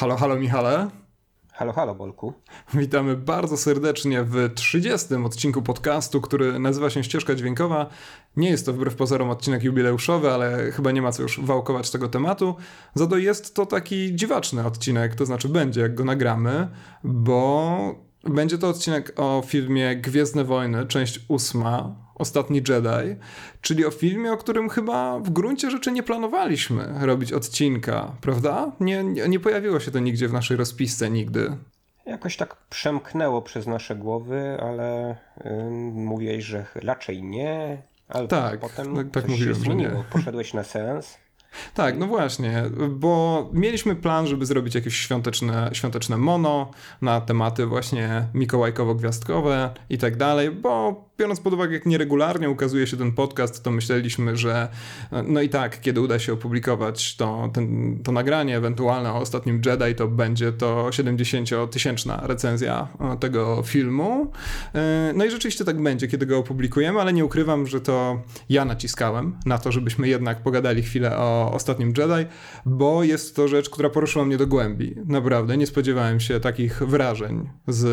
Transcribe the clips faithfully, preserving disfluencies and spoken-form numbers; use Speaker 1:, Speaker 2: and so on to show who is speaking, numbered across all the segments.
Speaker 1: Halo, halo Michale.
Speaker 2: Halo, halo Bolku.
Speaker 1: Witamy bardzo serdecznie w trzydziestym odcinku podcastu, który nazywa się Ścieżka Dźwiękowa. Nie jest to wbrew pozorom odcinek jubileuszowy, ale chyba nie ma co już wałkować tego tematu. Za to jest to taki dziwaczny odcinek, to znaczy będzie, jak go nagramy, bo będzie to odcinek o filmie Gwiezdne Wojny, część ósma, Ostatni Jedi, czyli o filmie, o którym chyba w gruncie rzeczy nie planowaliśmy robić odcinka, prawda? Nie, nie, nie pojawiło się to nigdzie w naszej rozpisce nigdy.
Speaker 2: Jakoś tak przemknęło przez nasze głowy, ale yy, mówiłeś, że raczej nie, ale
Speaker 1: tak,
Speaker 2: potem
Speaker 1: tak, tak
Speaker 2: coś
Speaker 1: mówiłem,
Speaker 2: się zmieniło.
Speaker 1: że nie.
Speaker 2: Poszedłeś na seans.
Speaker 1: Tak, no właśnie, bo mieliśmy plan, żeby zrobić jakieś świąteczne, świąteczne mono na tematy właśnie mikołajkowo-gwiazdkowe i tak dalej, bo biorąc pod uwagę, jak nieregularnie ukazuje się ten podcast, to myśleliśmy, że no i tak, kiedy uda się opublikować to, ten, to nagranie ewentualne o Ostatnim Jedi, to będzie to siedemdziesięciotysięczna recenzja tego filmu. No i rzeczywiście tak będzie, kiedy go opublikujemy, ale nie ukrywam, że to ja naciskałem na to, żebyśmy jednak pogadali chwilę o Ostatnim Jedi, bo jest to rzecz, która poruszyła mnie do głębi. Naprawdę, nie spodziewałem się takich wrażeń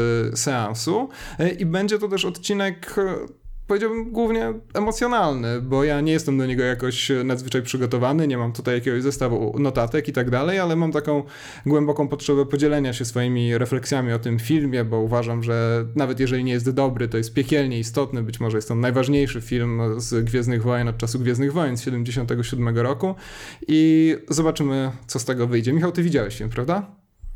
Speaker 1: z seansu i będzie to też odcinek, powiedziałbym, głównie emocjonalny, bo ja nie jestem do niego jakoś nadzwyczaj przygotowany, nie mam tutaj jakiegoś zestawu notatek i tak dalej, ale mam taką głęboką potrzebę podzielenia się swoimi refleksjami o tym filmie, bo uważam, że nawet jeżeli nie jest dobry, to jest piekielnie istotny, być może jest to najważniejszy film z Gwiezdnych Wojen od czasu Gwiezdnych Wojen z siedemdziesiątego siódmego roku i zobaczymy, co z tego wyjdzie. Michał, ty widziałeś film, prawda?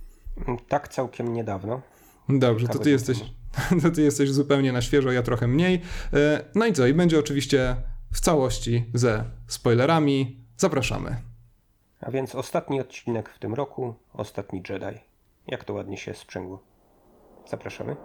Speaker 2: Tak, całkiem niedawno.
Speaker 1: Dobrze, to ty jesteś... To ty jesteś zupełnie na świeżo, ja trochę mniej. No i co? I będzie oczywiście w całości ze spoilerami. Zapraszamy.
Speaker 2: A więc ostatni odcinek w tym roku, Ostatni Jedi. Jak to ładnie się sprzęgło. Zapraszamy.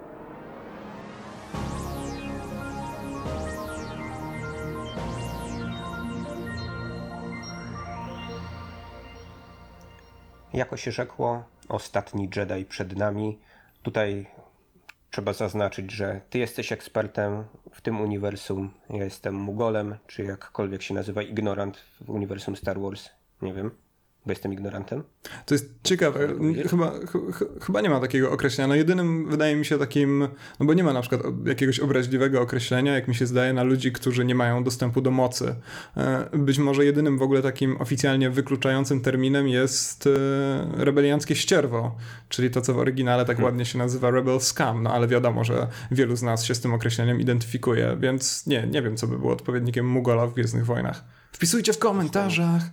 Speaker 2: Jako się rzekło, Ostatni Jedi przed nami. Tutaj trzeba zaznaczyć, że ty jesteś ekspertem w tym uniwersum, ja jestem mugolem, czy jakkolwiek się nazywa, ignorant w uniwersum Star Wars. Nie wiem, bo jestem ignorantem.
Speaker 1: To jest ciekawe, chyba, ch- chyba nie ma takiego określenia. No jedynym wydaje mi się takim, no bo nie ma na przykład jakiegoś obraźliwego określenia, jak mi się zdaje, na ludzi, którzy nie mają dostępu do mocy. Być może jedynym w ogóle takim oficjalnie wykluczającym terminem jest rebelianckie ścierwo, czyli to, co w oryginale tak hmm. ładnie się nazywa Rebel Scum, no ale wiadomo, że wielu z nas się z tym określeniem identyfikuje, więc nie, nie wiem, co by było odpowiednikiem Mugola w Gwiezdnych Wojnach. Wpisujcie w komentarzach.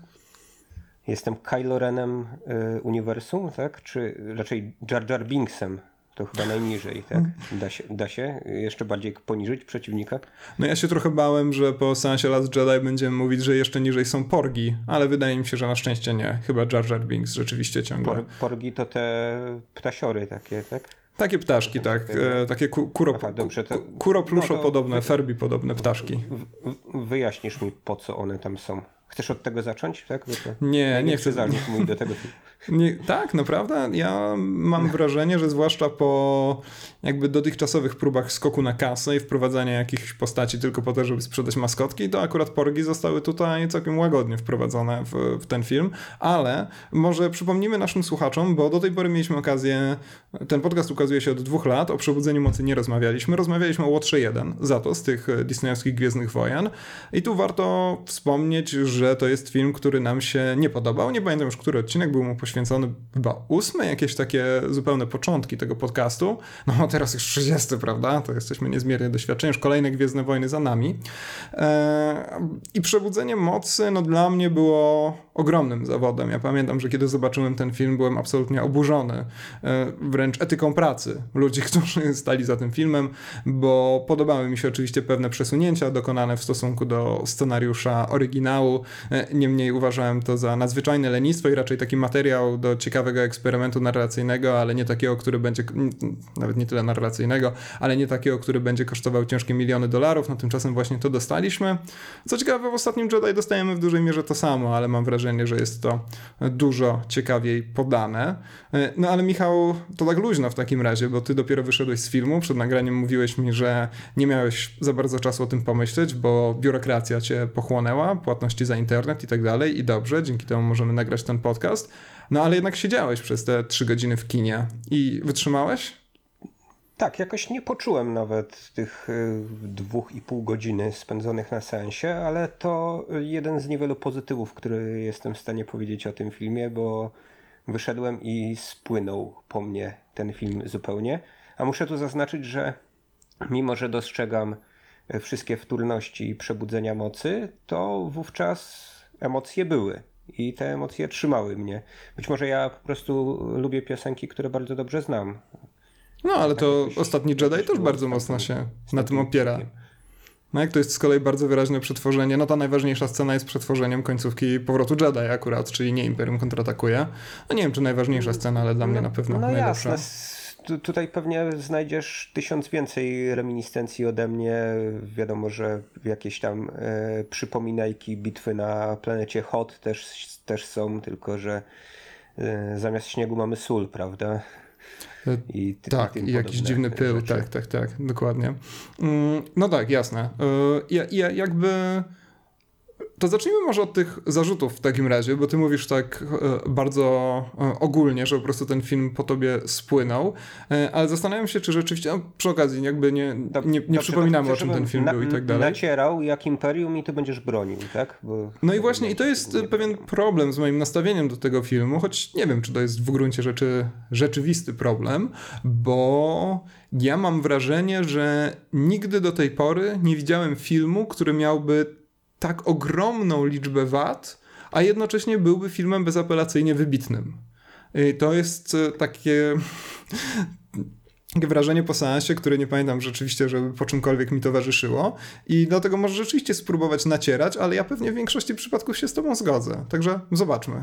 Speaker 2: Jestem Kylo Renem y, uniwersum, tak? Czy raczej Jar Jar Binksem? To chyba najniżej, tak? Da się, da się jeszcze bardziej poniżyć przeciwnika?
Speaker 1: No ja się trochę bałem, że po seansie Last Jedi będziemy mówić, że jeszcze niżej są porgi, ale wydaje mi się, że na szczęście nie. Chyba Jar Jar Binks rzeczywiście ciągle. Por,
Speaker 2: porgi to te ptasiory takie, tak?
Speaker 1: Takie ptaszki, tak. E, takie ku, kuro, Aha, dobrze, to, kuropluszo no podobne, wy, Ferbi podobne ptaszki.
Speaker 2: W, w, wyjaśnisz mi, po co one tam są. Chcesz od tego zacząć? Tak? To
Speaker 1: nie, nie chcę.
Speaker 2: Mój do tego.
Speaker 1: Nie, tak, naprawdę? Ja mam wrażenie, że zwłaszcza po jakby dotychczasowych próbach skoku na kasę i wprowadzania jakichś postaci tylko po to, żeby sprzedać maskotki, to akurat porgi zostały tutaj całkiem łagodnie wprowadzone w, w ten film, ale może przypomnimy naszym słuchaczom, bo do tej pory mieliśmy okazję, ten podcast ukazuje się od dwóch lat, o Przebudzeniu Mocy nie rozmawialiśmy, rozmawialiśmy o Łotrze jeden, za to z tych disneyowskich Gwiezdnych Wojen i tu warto wspomnieć, że to jest film, który nam się nie podobał, nie pamiętam już, który odcinek był mu poświęcony, chyba ósmy, jakieś takie zupełne początki tego podcastu. No teraz już trzydziesty, prawda? To jesteśmy niezmiernie doświadczeni, już kolejne Gwiezdne Wojny za nami. Eee, I Przebudzenie Mocy, no dla mnie było ogromnym zawodem. Ja pamiętam, że kiedy zobaczyłem ten film, byłem absolutnie oburzony, eee, wręcz etyką pracy ludzi, którzy stali za tym filmem, bo podobały mi się oczywiście pewne przesunięcia dokonane w stosunku do scenariusza oryginału. Eee, niemniej uważałem to za nadzwyczajne lenistwo i raczej taki materiał do ciekawego eksperymentu narracyjnego, ale nie takiego, który będzie, nawet nie tyle narracyjnego, ale nie takiego, który będzie kosztował ciężkie miliony dolarów. No tymczasem właśnie to dostaliśmy. Co ciekawe, w Ostatnim Jedi dostajemy w dużej mierze to samo, ale mam wrażenie, że jest to dużo ciekawiej podane. No ale Michał, to tak luźno w takim razie, bo ty dopiero wyszedłeś z filmu, przed nagraniem mówiłeś mi, że nie miałeś za bardzo czasu o tym pomyśleć, bo biurokracja cię pochłonęła, płatności za internet i tak dalej i dobrze, dzięki temu możemy nagrać ten podcast. No ale jednak siedziałeś przez te trzy godziny w kinie i wytrzymałeś?
Speaker 2: Tak, jakoś nie poczułem nawet tych y, dwóch i pół godziny spędzonych na seansie, ale to jeden z niewielu pozytywów, który jestem w stanie powiedzieć o tym filmie, bo wyszedłem i spłynął po mnie ten film zupełnie. A muszę tu zaznaczyć, że mimo że dostrzegam wszystkie wtórności i przebudzenia mocy, to wówczas emocje były i te emocje trzymały mnie. Być może ja po prostu lubię piosenki, które bardzo dobrze znam.
Speaker 1: No ale
Speaker 2: Tak
Speaker 1: to
Speaker 2: jakoś-
Speaker 1: Ostatni Jedi
Speaker 2: jakoś
Speaker 1: też
Speaker 2: było
Speaker 1: bardzo
Speaker 2: z
Speaker 1: mocno
Speaker 2: tamtym-
Speaker 1: się
Speaker 2: z
Speaker 1: na tym
Speaker 2: tamtym
Speaker 1: opiera.
Speaker 2: filmiem.
Speaker 1: No jak to jest z kolei bardzo wyraźne przetworzenie, no ta najważniejsza scena jest przetworzeniem końcówki Powrotu Jedi akurat, czyli nie Imperium kontratakuje. No nie wiem, czy najważniejsza scena, ale dla mnie na pewno
Speaker 2: No
Speaker 1: najlepsza.
Speaker 2: jasne. S- Tu, tutaj pewnie znajdziesz tysiąc więcej reminiscencji ode mnie. Wiadomo, że jakieś tam e, przypominajki bitwy na planecie Hot też, też są, tylko że e, zamiast śniegu mamy sól, prawda? I ty,
Speaker 1: Tak,
Speaker 2: tym
Speaker 1: i jakiś
Speaker 2: podobne
Speaker 1: dziwny pył,
Speaker 2: rzeczy.
Speaker 1: tak, tak, tak, dokładnie. Mm, No tak, jasne. Y, Ja, ja jakby... To zacznijmy może od tych zarzutów w takim razie, bo ty mówisz tak e, bardzo e, ogólnie, że po prostu ten film po tobie spłynął, e, ale zastanawiam się, czy rzeczywiście, no, przy okazji jakby nie,
Speaker 2: Dob-
Speaker 1: nie, nie
Speaker 2: dobrze,
Speaker 1: przypominamy
Speaker 2: to
Speaker 1: o
Speaker 2: chcę,
Speaker 1: czym ten
Speaker 2: żebym
Speaker 1: film
Speaker 2: na-
Speaker 1: był i tak dalej.
Speaker 2: Nacierał jak Imperium i ty będziesz bronił, tak? Bo
Speaker 1: No i właśnie, i to jest pewien problem z moim nastawieniem do tego filmu, choć nie wiem, czy to jest w gruncie rzeczy rzeczywisty problem, bo ja mam wrażenie, że nigdy do tej pory nie widziałem filmu, który miałby tak ogromną liczbę wad, a jednocześnie byłby filmem bezapelacyjnie wybitnym. I to jest e, takie... takie wrażenie po seansie, które nie pamiętam rzeczywiście, żeby po czymkolwiek mi towarzyszyło i dlatego może rzeczywiście spróbować nacierać, ale ja pewnie w większości przypadków się z tobą zgodzę. Także zobaczmy.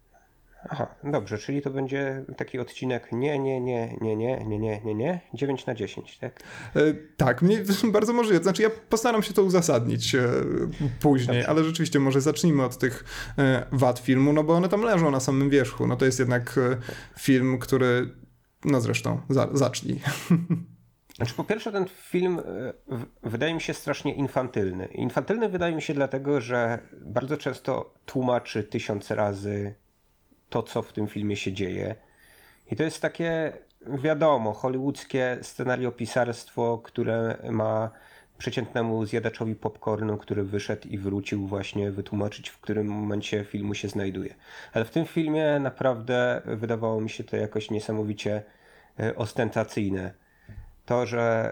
Speaker 2: Aha, dobrze, czyli to będzie taki odcinek nie, nie, nie, nie, nie, nie, nie, nie, nie, dziewięć na dziesięć, tak?
Speaker 1: E, tak, mnie bardzo możliwe. Znaczy ja postaram się to uzasadnić e, później,
Speaker 2: Dobrze.
Speaker 1: ale rzeczywiście może zacznijmy od tych e, wad filmu, no bo one tam leżą na samym wierzchu. No to jest jednak e, film, który... No zresztą, za, zacznij.
Speaker 2: Znaczy, po pierwsze, ten film e, w- wydaje mi się strasznie infantylny. Infantylny wydaje mi się dlatego, że bardzo często tłumaczy tysiąc razy to, co w tym filmie się dzieje. I to jest takie, wiadomo, hollywoodzkie scenariopisarstwo, które ma przeciętnemu zjadaczowi popcornu, który wyszedł i wrócił właśnie wytłumaczyć, w którym momencie filmu się znajduje. Ale w tym filmie naprawdę wydawało mi się to jakoś niesamowicie e, ostentacyjne. To, że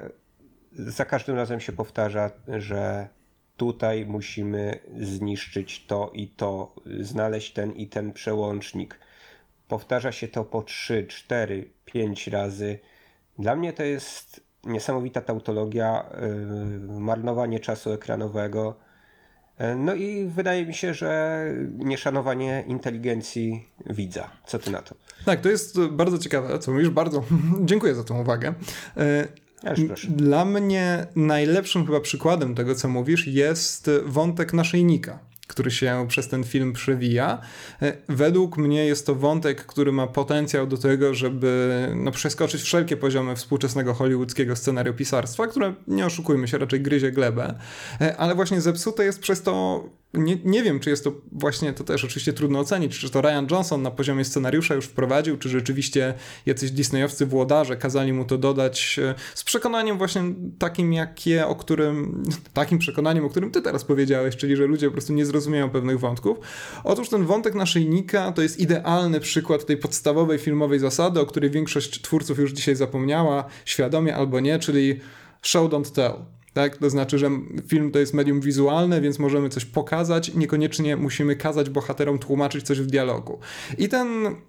Speaker 2: za każdym razem się powtarza, że tutaj musimy zniszczyć to i to, znaleźć ten i ten przełącznik. Powtarza się to po trzy, cztery, pięć razy. Dla mnie to jest niesamowita tautologia, yy, marnowanie czasu ekranowego. Yy, No i wydaje mi się, że nieszanowanie inteligencji widza. Co ty na to?
Speaker 1: Tak, to jest bardzo ciekawe, co mówisz. Bardzo dziękuję za tą uwagę. E,
Speaker 2: Ależ proszę.
Speaker 1: Dla mnie najlepszym chyba przykładem tego, co mówisz, jest wątek naszyjnika, który się przez ten film przewija. E, Według mnie jest to wątek, który ma potencjał do tego, żeby no, przeskoczyć wszelkie poziomy współczesnego hollywoodzkiego scenariopisarstwa, które, nie oszukujmy się, raczej gryzie glebę, E, ale właśnie zepsute jest przez to. Nie, nie wiem, czy jest to właśnie, to też oczywiście trudno ocenić, czy to Rian Johnson na poziomie scenariusza już wprowadził, czy rzeczywiście jacyś disneyowscy włodarze kazali mu to dodać e, z przekonaniem właśnie takim, jakie, o którym, takim przekonaniem, o którym ty teraz powiedziałeś, czyli że ludzie po prostu nie zrozumieją pewnych wątków. Otóż ten wątek naszyjnika to jest idealny przykład tej podstawowej filmowej zasady, o której większość twórców już dzisiaj zapomniała, świadomie albo nie, czyli show don't tell. Tak? To znaczy, że film to jest medium wizualne, więc możemy coś pokazać, niekoniecznie musimy kazać bohaterom tłumaczyć coś w dialogu. I ten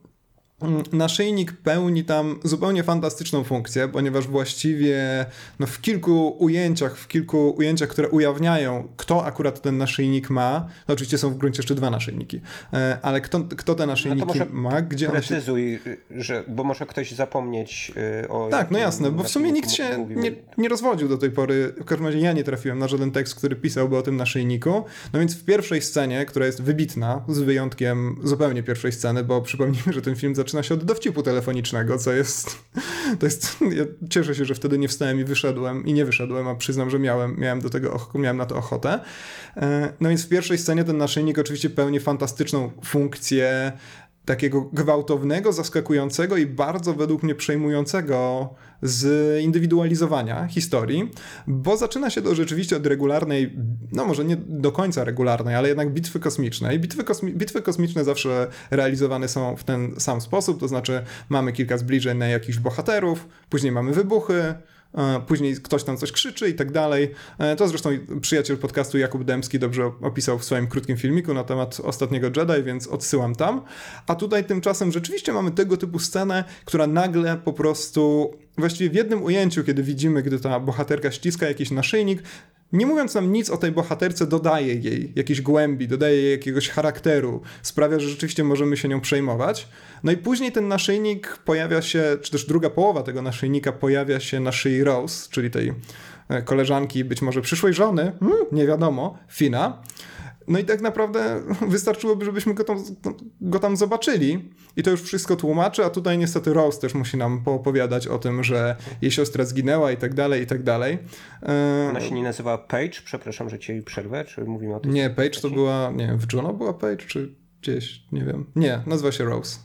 Speaker 1: naszyjnik pełni tam zupełnie fantastyczną funkcję, ponieważ właściwie no, w kilku ujęciach, w kilku ujęciach, które ujawniają, kto akurat ten naszyjnik ma, no oczywiście są w gruncie jeszcze dwa naszyjniki, ale kto, kto te naszyjniki
Speaker 2: No to może
Speaker 1: ma, gdzie one się...
Speaker 2: Precyzuj, że, bo może ktoś zapomnieć y, o...
Speaker 1: Tak, no
Speaker 2: jakim
Speaker 1: jasne, bo w sumie nikt się
Speaker 2: naszyjniku
Speaker 1: nie,
Speaker 2: mówimy.
Speaker 1: nie rozwodził do tej pory. W każdym razie ja nie trafiłem na żaden tekst, który pisałby o tym naszyjniku. No więc w pierwszej scenie, która jest wybitna, z wyjątkiem zupełnie pierwszej sceny, bo przypomnijmy, że ten film zaczyna się od dowcipu telefonicznego, co jest... To jest... Ja cieszę się, że wtedy nie wstałem i wyszedłem, i nie wyszedłem, a przyznam, że miałem, miałem, do tego, och- miałem na to ochotę. E, No więc w pierwszej scenie ten naszyjnik oczywiście pełni fantastyczną funkcję takiego gwałtownego, zaskakującego i bardzo według mnie przejmującego zindywidualizowania historii, bo zaczyna się to rzeczywiście od regularnej, no może nie do końca regularnej, ale jednak bitwy kosmicznej. Bitwy, kosmi- bitwy kosmiczne zawsze realizowane są w ten sam sposób, to znaczy mamy kilka zbliżeń na jakichś bohaterów, później mamy wybuchy, później ktoś tam coś krzyczy i tak dalej. To zresztą przyjaciel podcastu Jakub Dębski dobrze opisał w swoim krótkim filmiku na temat Ostatniego Jedi, więc odsyłam tam. A tutaj tymczasem rzeczywiście mamy tego typu scenę, która nagle po prostu, właściwie w jednym ujęciu, kiedy widzimy, gdy ta bohaterka ściska jakiś naszyjnik, nie mówiąc nam nic o tej bohaterce, dodaje jej jakiejś głębi, dodaje jej jakiegoś charakteru, sprawia, że rzeczywiście możemy się nią przejmować. No i później ten naszyjnik pojawia się, czy też druga połowa tego naszyjnika pojawia się na szyi Rose, czyli tej koleżanki, być może przyszłej żony, hmm, nie wiadomo, Fina. No i tak naprawdę wystarczyłoby, żebyśmy go tam, go tam zobaczyli i to już wszystko tłumaczy, a tutaj niestety Rose też musi nam poopowiadać o tym, że jej siostra zginęła i tak dalej, i tak dalej.
Speaker 2: Ona się nie nazywa Paige? Przepraszam, że cię przerwę, czy mówimy o tym?
Speaker 1: Nie, Paige to była, nie wiem, w Juno była Paige, czy gdzieś, nie wiem. Nie, nazywa się Rose.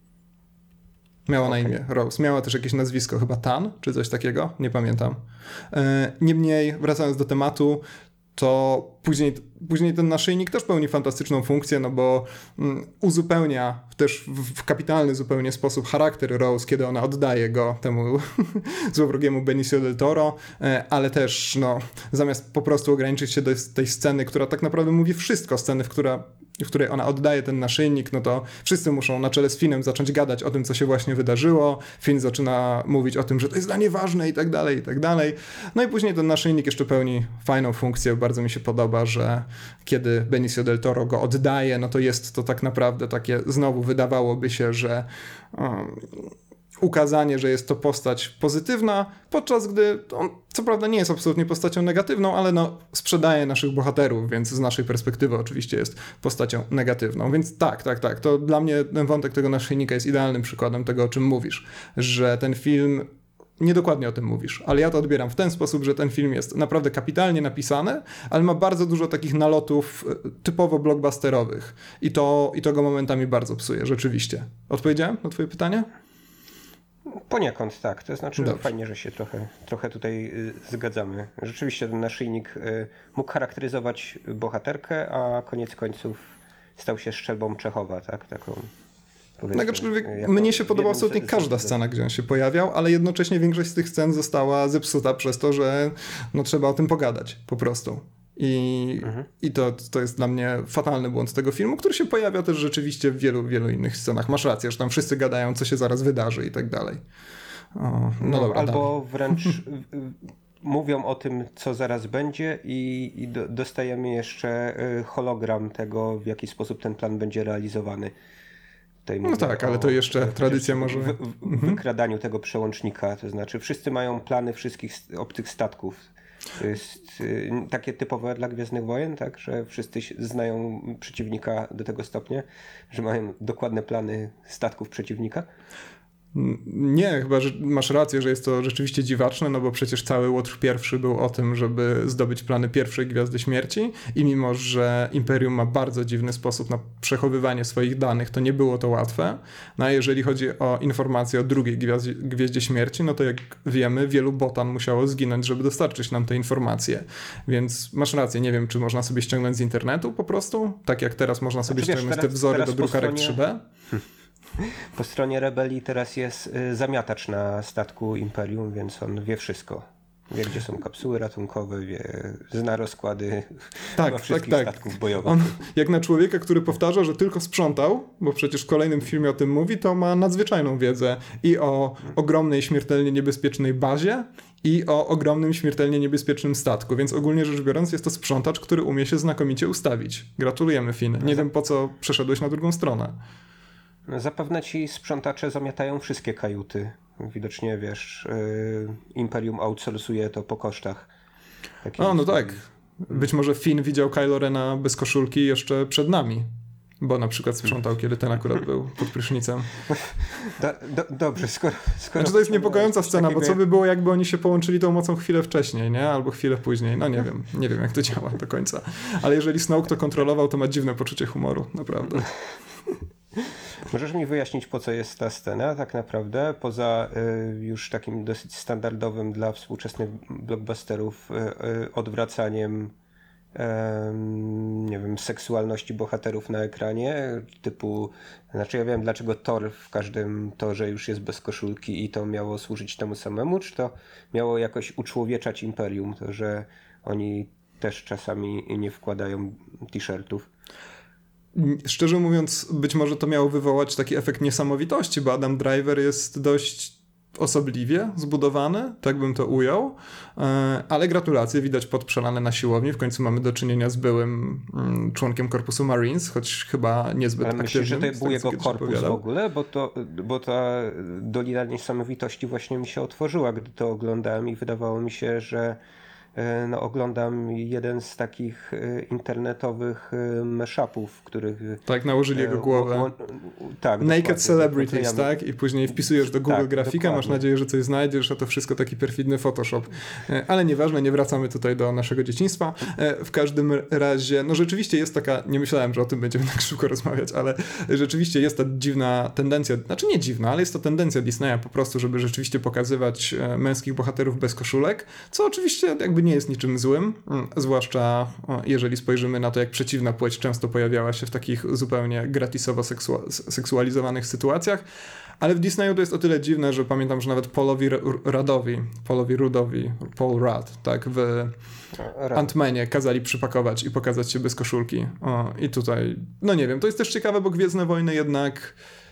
Speaker 1: Miała okay. na imię Rose. Miała też jakieś nazwisko, chyba Tan, czy coś takiego, nie pamiętam. Niemniej, wracając do tematu, to później, później ten naszyjnik też pełni fantastyczną funkcję, no bo mm, uzupełnia też w, w kapitalny zupełnie sposób charakter Rose, kiedy ona oddaje go temu złowrogiemu Benicio del Toro, e, ale też no, zamiast po prostu ograniczyć się do tej sceny, która tak naprawdę mówi wszystko, sceny, w, która, w której ona oddaje ten naszyjnik, no to wszyscy muszą na czele z Finem zacząć gadać o tym, co się właśnie wydarzyło. Finn zaczyna mówić o tym, że to jest dla niej ważne i tak dalej, i tak dalej. No i później ten naszyjnik jeszcze pełni fajną funkcję, bardzo mi się podoba, że kiedy Benicio del Toro go oddaje, no to jest to tak naprawdę takie, znowu wydawałoby się, że um, ukazanie, że jest to postać pozytywna, podczas gdy on co prawda nie jest absolutnie postacią negatywną, ale no sprzedaje naszych bohaterów, więc z naszej perspektywy oczywiście jest postacią negatywną. Więc tak, tak, tak, to dla mnie ten wątek tego naszyjnika jest idealnym przykładem tego, o czym mówisz, że ten film niedokładnie o tym mówisz, ale ja to odbieram w ten sposób, że ten film jest naprawdę kapitalnie napisany, ale ma bardzo dużo takich nalotów typowo blockbusterowych i to, i to go momentami bardzo psuje, rzeczywiście. Odpowiedziałem na twoje pytanie?
Speaker 2: Poniekąd tak, to znaczy
Speaker 1: Dobrze.
Speaker 2: Fajnie, że się trochę, trochę tutaj y, zgadzamy. Rzeczywiście ten naszyjnik y, mógł charakteryzować bohaterkę, a koniec końców stał się szczelbą Czechowa, tak? Taką...
Speaker 1: Tak, aczkolwiek mnie się podobała absolutnie każda scena, gdzie on się pojawiał, ale jednocześnie większość z tych scen została zepsuta przez to, że no, trzeba o tym pogadać po prostu. I, mhm. i to, to jest dla mnie fatalny błąd tego filmu, który się pojawia też rzeczywiście w wielu, wielu innych scenach. Masz rację, że tam wszyscy gadają, co się zaraz wydarzy i tak dalej. O, no, no dobra,
Speaker 2: albo
Speaker 1: dalej.
Speaker 2: wręcz mówią o tym, co zaraz będzie i, i do, dostajemy jeszcze hologram tego, w jaki sposób ten plan będzie realizowany.
Speaker 1: No tak, ale to jeszcze tradycja może...
Speaker 2: W, w wykradaniu mhm. tego przełącznika, to znaczy wszyscy mają plany wszystkich obcych statków. To jest y, takie typowe dla Gwiezdnych Wojen, tak, że wszyscy znają przeciwnika do tego stopnia, że mają dokładne plany statków przeciwnika.
Speaker 1: Nie, chyba że masz rację, że jest to rzeczywiście dziwaczne, no bo przecież cały Łotr pierwszy był o tym, żeby zdobyć plany pierwszej Gwiazdy Śmierci i mimo, że Imperium ma bardzo dziwny sposób na przechowywanie swoich danych, to nie było to łatwe. No a jeżeli chodzi o informacje o drugiej Gwiazdzie, Gwieździe Śmierci, no to jak wiemy, wielu botan musiało zginąć, żeby dostarczyć nam te informacje. Więc masz rację, nie wiem, czy można sobie ściągnąć z internetu po prostu, tak jak teraz można sobie znaczy, ściągnąć wiesz, teraz, te wzory do drukarek stronie... trzy D.
Speaker 2: Po stronie rebelii teraz jest zamiatacz na statku Imperium, więc on wie wszystko. Wie, gdzie są kapsuły ratunkowe, wie, zna rozkłady
Speaker 1: tak,
Speaker 2: wszystkich
Speaker 1: tak, tak.
Speaker 2: statków bojowych.
Speaker 1: On, jak na człowieka, który powtarza, że tylko sprzątał, bo przecież w kolejnym filmie o tym mówi, to ma nadzwyczajną wiedzę i o ogromnej, śmiertelnie niebezpiecznej bazie, i o ogromnym, śmiertelnie niebezpiecznym statku, więc ogólnie rzecz biorąc jest to sprzątacz, który umie się znakomicie ustawić. Gratulujemy, Finn. Nie wiem, po co przeszedłeś na drugą stronę.
Speaker 2: Zapewne ci sprzątacze zamiatają wszystkie kajuty. Widocznie, wiesz, yy, Imperium outsourcuje to po kosztach.
Speaker 1: Takim o, no tak. Być może Finn widział Kylo Rena bez koszulki jeszcze przed nami. Bo na przykład sprzątał, kiedy ten akurat był pod prysznicem.
Speaker 2: Do, do, dobrze, skoro... skoro
Speaker 1: znaczy to jest niepokojąca scena, bo co by było, jakby oni się połączyli tą mocą chwilę wcześniej, nie? Albo chwilę później. No nie wiem. Nie wiem, jak to działa do końca. Ale jeżeli Snoke to kontrolował, to ma dziwne poczucie humoru. Naprawdę.
Speaker 2: Możesz mi wyjaśnić, po co jest ta scena tak naprawdę, poza y, już takim dosyć standardowym dla współczesnych blockbusterów y, y, odwracaniem y, nie wiem, seksualności bohaterów na ekranie, typu, znaczy ja wiem, dlaczego Thor w każdym Torze już jest bez koszulki i to miało służyć temu samemu, czy to miało jakoś uczłowieczać Imperium, to że oni też czasami nie wkładają t-shirtów.
Speaker 1: Szczerze mówiąc, być może to miało wywołać taki efekt niesamowitości, bo Adam Driver jest dość osobliwie zbudowany, tak bym to ujął, ale gratulacje, widać pot przelane na siłowni, w końcu mamy do czynienia z byłym członkiem korpusu Marines, choć chyba niezbyt
Speaker 2: aktywnym. Ale myślisz, że to był jego korpus
Speaker 1: opowiadał.
Speaker 2: w ogóle? Bo, to, bo ta Dolina Niesamowitości właśnie mi się otworzyła, gdy to oglądałem i wydawało mi się, że no, oglądam jeden z takich internetowych mashupów, w których...
Speaker 1: Tak, nałożyli jego głowę.
Speaker 2: Łą... Tak,
Speaker 1: Naked Celebrities, tak? I później wpisujesz do Google
Speaker 2: tak,
Speaker 1: grafika,
Speaker 2: dokładnie.
Speaker 1: masz nadzieję, że coś znajdziesz, a to wszystko taki perfidny Photoshop. Ale nieważne, nie wracamy tutaj do naszego dzieciństwa. W każdym razie, no rzeczywiście jest taka, nie myślałem, że o tym będziemy tak szybko rozmawiać, ale rzeczywiście jest ta dziwna tendencja, znaczy nie dziwna, ale jest to tendencja Disneya po prostu, żeby rzeczywiście pokazywać męskich bohaterów bez koszulek, co oczywiście jakby nie jest niczym złym, zwłaszcza jeżeli spojrzymy na to, jak przeciwna płeć często pojawiała się w takich zupełnie gratisowo seksu- seksualizowanych sytuacjach, ale w Disneyu to jest o tyle dziwne, że pamiętam, że nawet Paulowi Radowi, Paulowi Rudowi, Paul Rudd, tak, w Ant-Manie kazali przypakować i pokazać się bez koszulki. O, i tutaj, no nie wiem, to jest też ciekawe, bo Gwiezdne Wojny jednak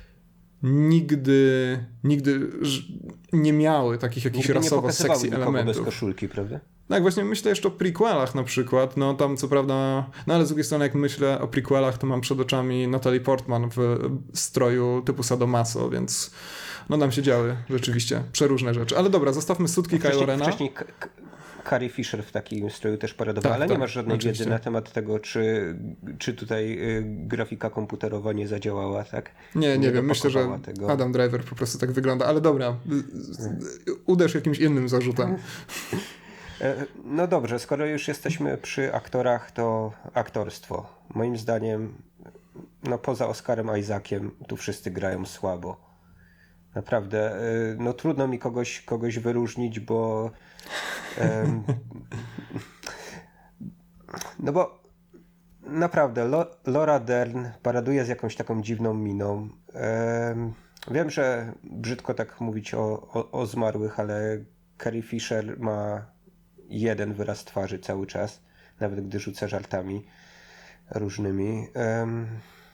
Speaker 1: nigdy, nigdy nie miały takich jakichś rasowo sexy elementów.
Speaker 2: Bez koszulki, prawda?
Speaker 1: Tak, właśnie myślę jeszcze o prequelach na przykład, no tam co prawda, no ale z drugiej strony jak myślę o prequelach, to mam przed oczami Natalie Portman w stroju typu Sadomaso, więc no tam się działy rzeczywiście przeróżne rzeczy. Ale dobra, zostawmy sutki Kylo Rena.
Speaker 2: Wcześniej K- K- Carrie Fisher w takim stroju też paradowała, tak, ale tak, nie masz żadnej oczywiście. wiedzy na temat tego, czy, czy tutaj y, grafika komputerowa nie zadziałała, tak?
Speaker 1: Nie, nie, nie wiem, myślę, że tego. Adam Driver po prostu tak wygląda, ale dobra, uderz jakimś innym zarzutem.
Speaker 2: No dobrze, skoro już jesteśmy przy aktorach, to aktorstwo. Moim zdaniem, no poza Oscarem Isaaciem, tu wszyscy grają słabo. Naprawdę, no trudno mi kogoś, kogoś wyróżnić, bo um, no bo naprawdę Laura Dern paraduje z jakąś taką dziwną miną. Um, wiem, że brzydko tak mówić o, o, o zmarłych, ale Carrie Fisher ma jeden wyraz twarzy cały czas, nawet gdy rzuca żartami różnymi. Um,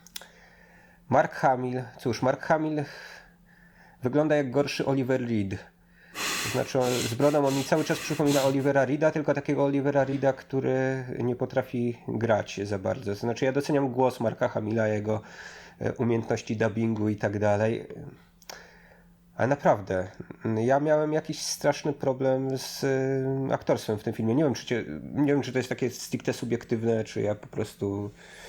Speaker 2: Mark Hamill, cóż, Mark Hamill wygląda jak gorszy Oliver Reed. To znaczy on, z brodą on mi cały czas przypomina Olivera Reeda, tylko takiego Olivera Reeda, który nie potrafi grać za bardzo. To znaczy ja doceniam głos Marka Hamilla, jego umiejętności dubbingu i tak dalej. Ale naprawdę, ja miałem jakiś straszny problem z aktorstwem w tym filmie. Nie wiem, czy, cię, nie wiem, czy to jest takie stricte subiektywne, czy ja po prostu...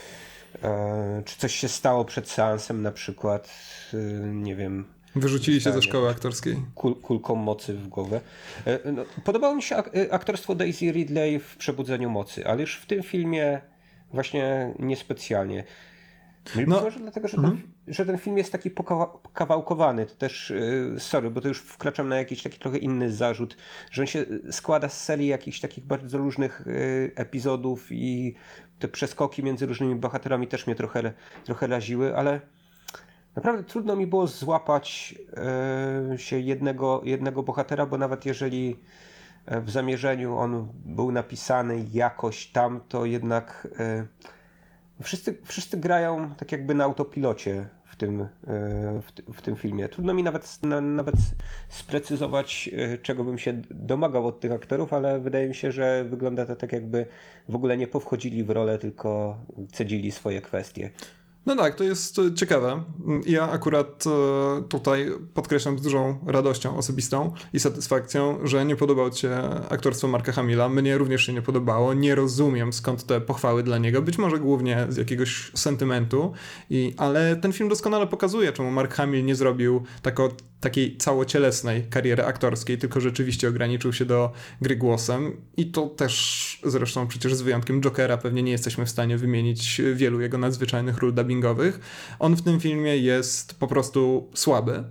Speaker 2: E, czy coś się stało przed seansem na przykład, e, nie wiem...
Speaker 1: Wyrzucili się ze szkoły aktorskiej.
Speaker 2: Kul, kulką mocy w głowę. E, no, podobało mi się ak- aktorstwo Daisy Ridley w Przebudzeniu Mocy, ale już w tym filmie właśnie niespecjalnie. Być no, może dlatego, że, mm. ten, że ten film jest taki pokawałkowany. To też, yy, sorry, bo to już wkraczam na jakiś taki trochę inny zarzut, że on się składa z serii jakichś takich bardzo różnych yy, epizodów i te przeskoki między różnymi bohaterami też mnie trochę, trochę raziły, ale naprawdę trudno mi było złapać yy, się jednego, jednego bohatera, bo nawet jeżeli w zamierzeniu on był napisany jakoś tam, to jednak... Yy, Wszyscy, wszyscy grają tak jakby na autopilocie w tym, w, w tym filmie. Trudno mi nawet, na, nawet sprecyzować, czego bym się domagał od tych aktorów, ale wydaje mi się, że wygląda to tak jakby w ogóle nie powchodzili w rolę, tylko cedzili swoje kwestie.
Speaker 1: No tak, to jest ciekawe. Ja akurat tutaj podkreślam z dużą radością osobistą i satysfakcją, że nie podobało ci się aktorstwo Marka Hamilla. Mnie również się nie podobało. Nie rozumiem, skąd te pochwały dla niego. Być może głównie z jakiegoś sentymentu, i, ale ten film doskonale pokazuje, czemu Mark Hamill nie zrobił tako, takiej całocielesnej kariery aktorskiej, tylko rzeczywiście ograniczył się do gry głosem i to też zresztą przecież z wyjątkiem Jokera pewnie nie jesteśmy w stanie wymienić wielu jego nadzwyczajnych ról dubbingowych. On w tym filmie jest po prostu słaby.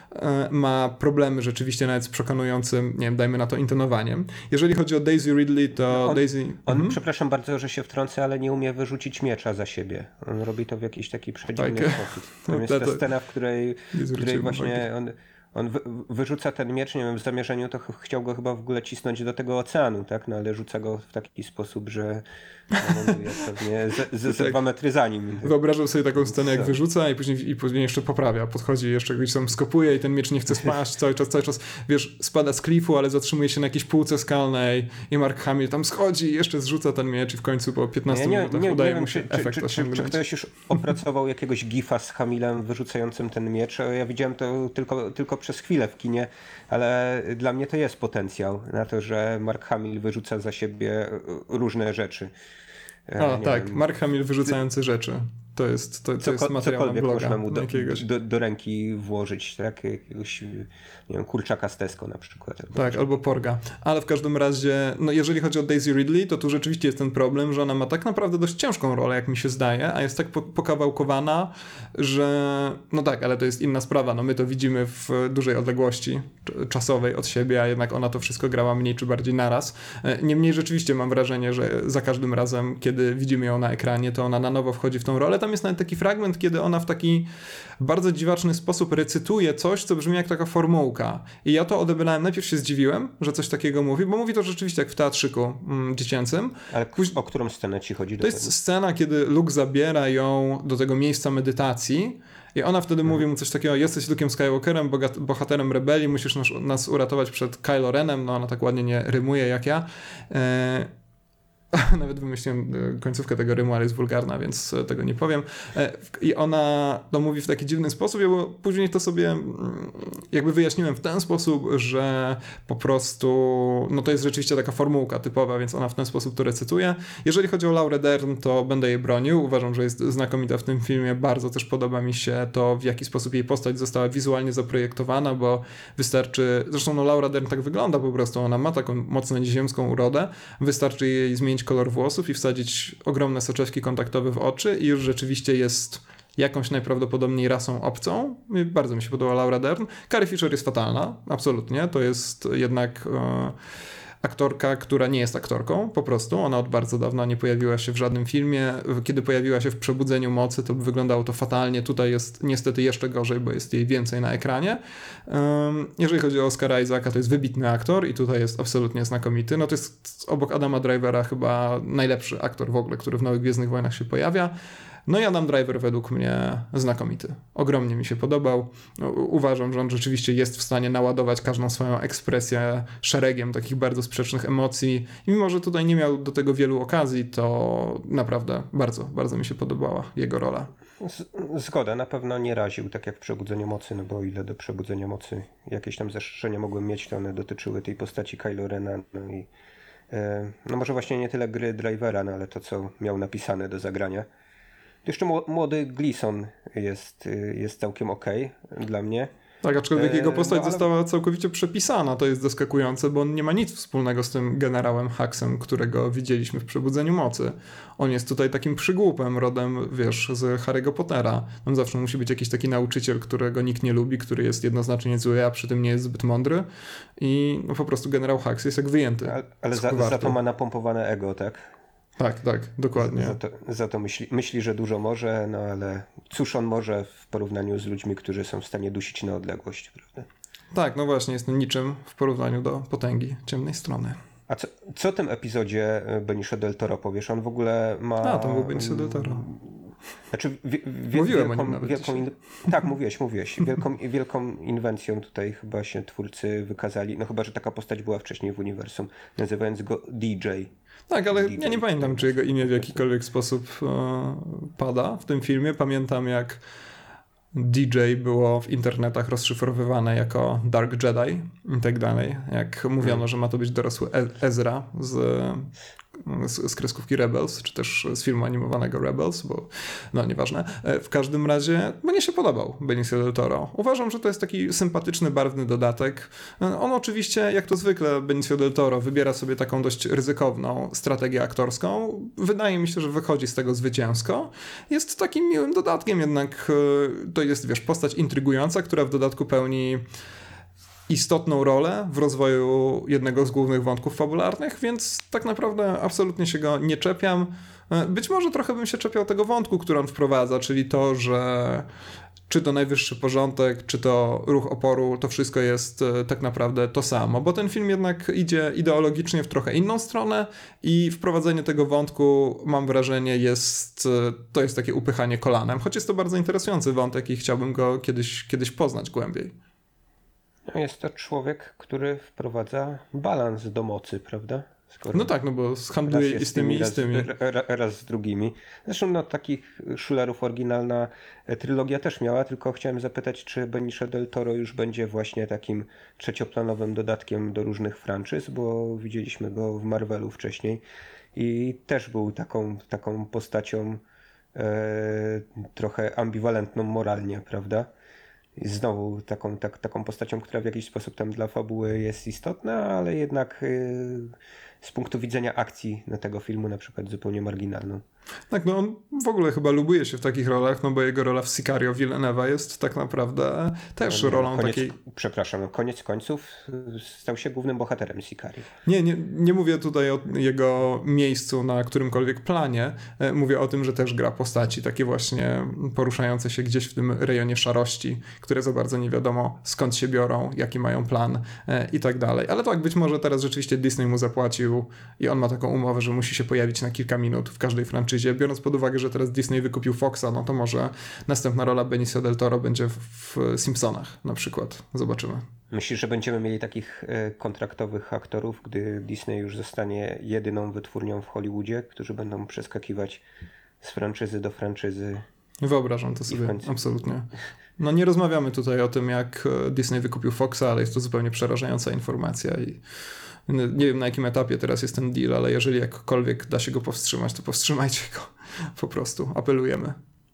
Speaker 1: Ma problemy rzeczywiście nawet z przekonującym, nie wiem, dajmy na to intonowaniem. Jeżeli chodzi o Daisy Ridley, to
Speaker 2: on,
Speaker 1: Daisy...
Speaker 2: On,
Speaker 1: mhm.
Speaker 2: przepraszam bardzo, że się wtrącę, ale nie umie wyrzucić miecza za siebie. On robi to w jakiś taki przedziwny
Speaker 1: tak.
Speaker 2: sposób. Tam jest ta scena, w której, w której właśnie on, on wy, wyrzuca ten miecz, nie wiem, w zamierzeniu to ch- chciał go chyba w ogóle cisnąć do tego oceanu, tak? No ale rzuca go w taki sposób, że ląduje pewnie ze, ze, ze
Speaker 1: tak.
Speaker 2: dwa metry za nim.
Speaker 1: Wyobrażam sobie taką scenę, jak wyrzuca i później, i później jeszcze poprawia. Podchodzi jeszcze gdzieś tam skopuje i ten miecz nie chce spaść cały czas, cały czas, wiesz, spada z klifu, ale zatrzymuje się na jakiejś półce skalnej i Mark Hamill tam schodzi i jeszcze zrzuca ten miecz i w końcu po piętnastu
Speaker 2: nie,
Speaker 1: minutach
Speaker 2: nie,
Speaker 1: udaje
Speaker 2: nie
Speaker 1: mu
Speaker 2: wiem,
Speaker 1: się
Speaker 2: czy,
Speaker 1: efekt
Speaker 2: czy, czy,
Speaker 1: osiągnąć.
Speaker 2: czy ktoś już opracował jakiegoś gifa z Hamillem wyrzucającym ten miecz? Ja widziałem to tylko, tylko przez chwilę w kinie, ale dla mnie to jest potencjał na to, że Mark Hamill wyrzuca za siebie różne rzeczy.
Speaker 1: A, tak,
Speaker 2: wiem,
Speaker 1: Mark Hamill wyrzucający rzeczy. To jest, to, to
Speaker 2: Coko,
Speaker 1: jest materiał na bloga.
Speaker 2: można mu do,
Speaker 1: jakiegoś.
Speaker 2: do, do ręki włożyć, tak? Jakiegoś, nie wiem, kurczaka z Tesco na przykład. Albo
Speaker 1: tak, albo porga. Ale w każdym razie, no jeżeli chodzi o Daisy Ridley, to tu rzeczywiście jest ten problem, że ona ma tak naprawdę dość ciężką rolę, jak mi się zdaje, a jest tak po, pokawałkowana, że no tak, ale to jest inna sprawa. No my to widzimy w dużej odległości czasowej od siebie, a jednak ona to wszystko grała mniej czy bardziej naraz. Niemniej rzeczywiście mam wrażenie, że za każdym razem, kiedy widzimy ją na ekranie, to ona na nowo wchodzi w tą rolę. Tam jest nawet taki fragment, kiedy ona w taki bardzo dziwaczny sposób recytuje coś, co brzmi jak taka formułka. I ja to odebrałem, najpierw się zdziwiłem, że coś takiego mówi, bo mówi to rzeczywiście jak w teatrzyku mm, dziecięcym.
Speaker 2: Ale o którą scenę ci chodzi?
Speaker 1: To jest scena, kiedy Luke zabiera ją do tego miejsca medytacji i ona wtedy mhm. mówi mu coś takiego: jesteś Luke'em Skywalkerem, bohaterem rebelii, musisz nas, nas uratować przed Kylo Renem. No ona tak ładnie nie rymuje jak ja. E- Nawet wymyśliłem końcówkę tego rymu, ale jest wulgarna, więc tego nie powiem. I ona to mówi w taki dziwny sposób, bo później to sobie jakby wyjaśniłem w ten sposób, że po prostu no to jest rzeczywiście taka formułka typowa, więc ona w ten sposób to recytuje. Jeżeli chodzi o Laurę Dern, to będę jej bronił. Uważam, że jest znakomita w tym filmie. Bardzo też podoba mi się to, w jaki sposób jej postać została wizualnie zaprojektowana, bo wystarczy, zresztą no Laura Dern tak wygląda po prostu, ona ma taką mocno nieziemską urodę, wystarczy jej zmienić kolor włosów i wsadzić ogromne soczewki kontaktowe w oczy i już rzeczywiście jest jakąś najprawdopodobniej rasą obcą. I bardzo mi się podoba Laura Dern. Carrie Fisher jest fatalna, absolutnie. To jest jednak e, aktorka, która nie jest aktorką, po prostu. Ona od bardzo dawna nie pojawiła się w żadnym filmie. Kiedy pojawiła się w Przebudzeniu Mocy, to wyglądało to fatalnie. Tutaj jest niestety jeszcze gorzej, bo jest jej więcej na ekranie. Um, jeżeli chodzi o Oscara Isaaca, to jest wybitny aktor i tutaj jest absolutnie znakomity. No to jest obok Adama Drivera chyba najlepszy aktor w ogóle, który w Nowych Gwiezdnych Wojnach się pojawia. No i Adam Driver według mnie znakomity. Ogromnie mi się podobał. Uważam, że on rzeczywiście jest w stanie naładować każdą swoją ekspresję szeregiem takich bardzo sprzecznych emocji. I mimo, że tutaj nie miał do tego wielu okazji, to naprawdę bardzo, bardzo mi się podobała jego rola.
Speaker 2: Zgoda, na pewno nie raził, tak jak w Przebudzeniu Mocy, no bo o ile do Przebudzenia Mocy jakieś tam zastrzeżenia mogłem mieć, to one dotyczyły tej postaci Kylo Rena, no i e, no może właśnie nie tyle gry Drivera, no ale to, co miał napisane do zagrania. Jeszcze młody Gleason jest, jest całkiem okej okay dla mnie.
Speaker 1: Tak, aczkolwiek jego postać
Speaker 2: no, ale...
Speaker 1: została całkowicie przepisana, to jest zaskakujące, bo on nie ma nic wspólnego z tym generałem Huxem, którego widzieliśmy w Przebudzeniu Mocy. On jest tutaj takim przygłupem rodem, wiesz, z Harry'ego Pottera. On zawsze musi być jakiś taki nauczyciel, którego nikt nie lubi, który jest jednoznacznie zły, a przy tym nie jest zbyt mądry. I no, po prostu generał Hux jest jak wyjęty.
Speaker 2: Ale, ale za, za to ma napompowane ego, tak?
Speaker 1: Tak, tak, dokładnie.
Speaker 2: Za to, za to myśli, myśli, że dużo może, no ale cóż on może w porównaniu z ludźmi, którzy są w stanie dusić na odległość, prawda?
Speaker 1: Tak, no właśnie, jest niczym w porównaniu do potęgi ciemnej strony.
Speaker 2: A co, co o tym epizodzie Benicio del Toro powiesz? On w ogóle ma...
Speaker 1: A, to był Benicio del Toro.
Speaker 2: Znaczy, wie, wie,
Speaker 1: Mówiłem
Speaker 2: wielką,
Speaker 1: o nim nawet
Speaker 2: wielką in... Tak, mówiłeś, mówiłeś. Wielką, wielką inwencją tutaj chyba się twórcy wykazali. No chyba, że taka postać była wcześniej w uniwersum, nazywając go D J.
Speaker 1: Tak, ale
Speaker 2: D J.
Speaker 1: ja nie pamiętam, czy jego imię w jakikolwiek sposób e, pada w tym filmie. Pamiętam, jak D J było w internetach rozszyfrowywane jako Dark Jedi i tak dalej. Jak mówiono, że ma to być dorosły Ezra z z, z kreskówki Rebels, czy też z filmu animowanego Rebels, bo no nieważne. W każdym razie mnie się podobał Benicio del Toro. Uważam, że to jest taki sympatyczny, barwny dodatek. On oczywiście, jak to zwykle Benicio del Toro, wybiera sobie taką dość ryzykowną strategię aktorską. Wydaje mi się, że wychodzi z tego zwycięsko. Jest takim miłym dodatkiem, jednak to jest, wiesz, postać intrygująca, która w dodatku pełni istotną rolę w rozwoju jednego z głównych wątków fabularnych, więc tak naprawdę absolutnie się go nie czepiam. Być może trochę bym się czepiał tego wątku, który on wprowadza, czyli to, że czy to najwyższy porządek, czy to ruch oporu, to wszystko jest tak naprawdę to samo, bo ten film jednak idzie ideologicznie w trochę inną stronę i wprowadzenie tego wątku, mam wrażenie, jest, to jest takie upychanie kolanem, choć jest to bardzo interesujący wątek i chciałbym go kiedyś, kiedyś poznać głębiej.
Speaker 2: No jest to człowiek, który wprowadza balans do mocy, prawda? Skoro
Speaker 1: no tak, no bo handluje i z tymi, i z tymi.
Speaker 2: Raz, raz z drugimi. Zresztą no, takich Schulerów oryginalna trylogia też miała, tylko chciałem zapytać, czy Benicio del Toro już będzie właśnie takim trzecioplanowym dodatkiem do różnych franczyz, bo widzieliśmy go w Marvelu wcześniej i też był taką, taką postacią e, trochę ambiwalentną moralnie, prawda? I znowu taką, tak, taką postacią, która w jakiś sposób tam dla fabuły jest istotna, ale jednak yy, z punktu widzenia akcji na tego filmu na przykład zupełnie marginalną.
Speaker 1: Tak, no on w ogóle chyba lubuje się w takich rolach, no bo jego rola w Sicario Villeneuve'a jest tak naprawdę też no, rolą
Speaker 2: koniec,
Speaker 1: takiej...
Speaker 2: Przepraszam, koniec końców stał się głównym bohaterem Sicario.
Speaker 1: Nie, nie, nie mówię tutaj o jego miejscu na którymkolwiek planie. Mówię o tym, że też gra postaci takie właśnie poruszające się gdzieś w tym rejonie szarości, które za bardzo nie wiadomo skąd się biorą, jaki mają plan i tak dalej. Ale tak, być może teraz rzeczywiście Disney mu zapłacił i on ma taką umowę, że musi się pojawić na kilka minut w każdej franczyzie. Biorąc pod uwagę, że teraz Disney wykupił Foxa, no to może następna rola Benicio del Toro będzie w, w Simpsonach na przykład. Zobaczymy.
Speaker 2: Myślisz, że będziemy mieli takich kontraktowych aktorów, gdy Disney już zostanie jedyną wytwórnią w Hollywoodzie, którzy będą przeskakiwać z franczyzy do franczyzy?
Speaker 1: Wyobrażam to sobie, absolutnie. No nie rozmawiamy tutaj o tym, jak Disney wykupił Foxa, ale jest to zupełnie przerażająca informacja i nie wiem, na jakim etapie teraz jest ten deal, ale jeżeli jakkolwiek da się go powstrzymać, to powstrzymajcie go. Po prostu. Apelujemy.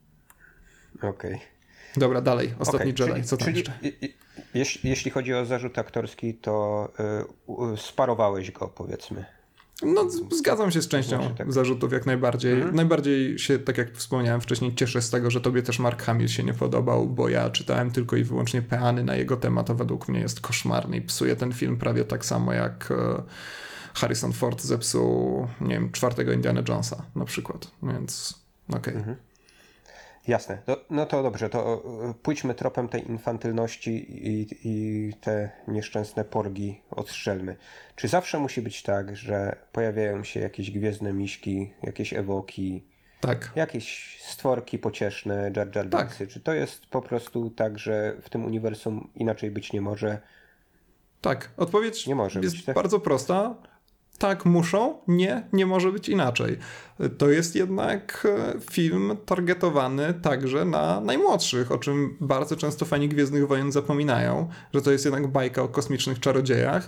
Speaker 2: Okej. Okay.
Speaker 1: Dobra, dalej. Ostatni okay, Jedi.
Speaker 2: Czyli,
Speaker 1: Co tam
Speaker 2: czyli
Speaker 1: jeszcze?
Speaker 2: Jeśli, jeśli chodzi o zarzut aktorski, to y, sparowałeś go, powiedzmy.
Speaker 1: No, zgadzam się z częścią znaczy, tak. zarzutów jak najbardziej. Mhm. Najbardziej się, tak jak wspomniałem wcześniej, cieszę z tego, że tobie też Mark Hamill się nie podobał, bo ja czytałem tylko i wyłącznie peany na jego temat, a według mnie jest koszmarny i psuje ten film prawie tak samo jak Harrison Ford zepsuł, nie wiem, czwartego Indiana Jonesa na przykład, więc okej. Okay. Mhm.
Speaker 2: Jasne. No, no to dobrze, to pójdźmy tropem tej infantylności i, i te nieszczęsne porgi odstrzelmy. Czy zawsze musi być tak, że pojawiają się jakieś gwiezdne miśki, jakieś ewoki,
Speaker 1: tak.
Speaker 2: jakieś stworki pocieszne, Jar Jar Binksy? Tak. Czy to jest po prostu tak, że w tym uniwersum inaczej być nie może?
Speaker 1: Tak, odpowiedź
Speaker 2: nie może
Speaker 1: jest
Speaker 2: być, tak?
Speaker 1: bardzo prosta. Tak, muszą. Nie, nie może być inaczej. To jest jednak film targetowany także na najmłodszych, o czym bardzo często fani Gwiezdnych Wojen zapominają, że to jest jednak bajka o kosmicznych czarodziejach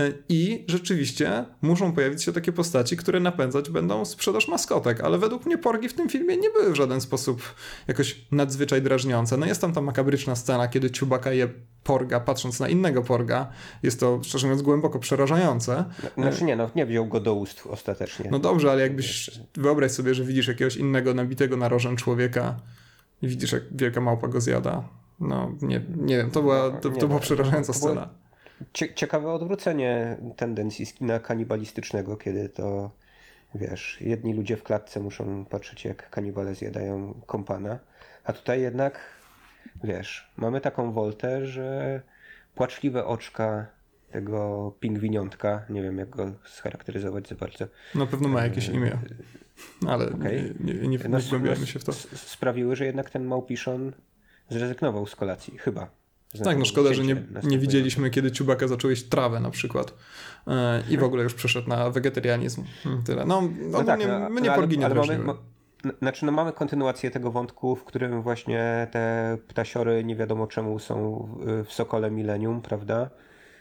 Speaker 1: i rzeczywiście muszą pojawić się takie postaci, które napędzać będą sprzedaż maskotek, ale według mnie porgi w tym filmie nie były w żaden sposób jakoś nadzwyczaj drażniące. No jest tam ta makabryczna scena, kiedy Chewbacca je porga, patrząc na innego porga. Jest to, szczerze mówiąc, głęboko przerażające.
Speaker 2: Znaczy nie, no nie wziął go do ust ostatecznie.
Speaker 1: No dobrze, ale jakbyś, wyobraź sobie, że widzisz jakiegoś innego nabitego na rożen człowieka i widzisz, jak wielka małpa go zjada. No nie, nie wiem, to była, to, to była przerażająca scena.
Speaker 2: Ciekawe odwrócenie tendencji z kina kanibalistycznego, kiedy to, wiesz, jedni ludzie w klatce muszą patrzeć, jak kanibale zjadają kompana, a tutaj jednak, wiesz, mamy taką woltę, że płaczliwe oczka tego pingwiniątka, nie wiem jak go scharakteryzować za bardzo.
Speaker 1: Na pewno ma jakieś imię, ale okay. nie, nie, nie, nie wgłębiamy się w to.
Speaker 2: Sprawiły, że jednak ten małpiszon zrezygnował z kolacji, chyba.
Speaker 1: Tak, no szkoda, że nie, nie widzieliśmy, kiedy Chewbacca zaczął jeść trawę na przykład yy, i w ogóle już przeszedł na wegetarianizm. Tyle. No, no tak, no, mnie no, porgi nie ale mamy, ma,
Speaker 2: Znaczy, no mamy kontynuację tego wątku, w którym właśnie te ptasiory nie wiadomo czemu są w, w Sokole Millennium, prawda?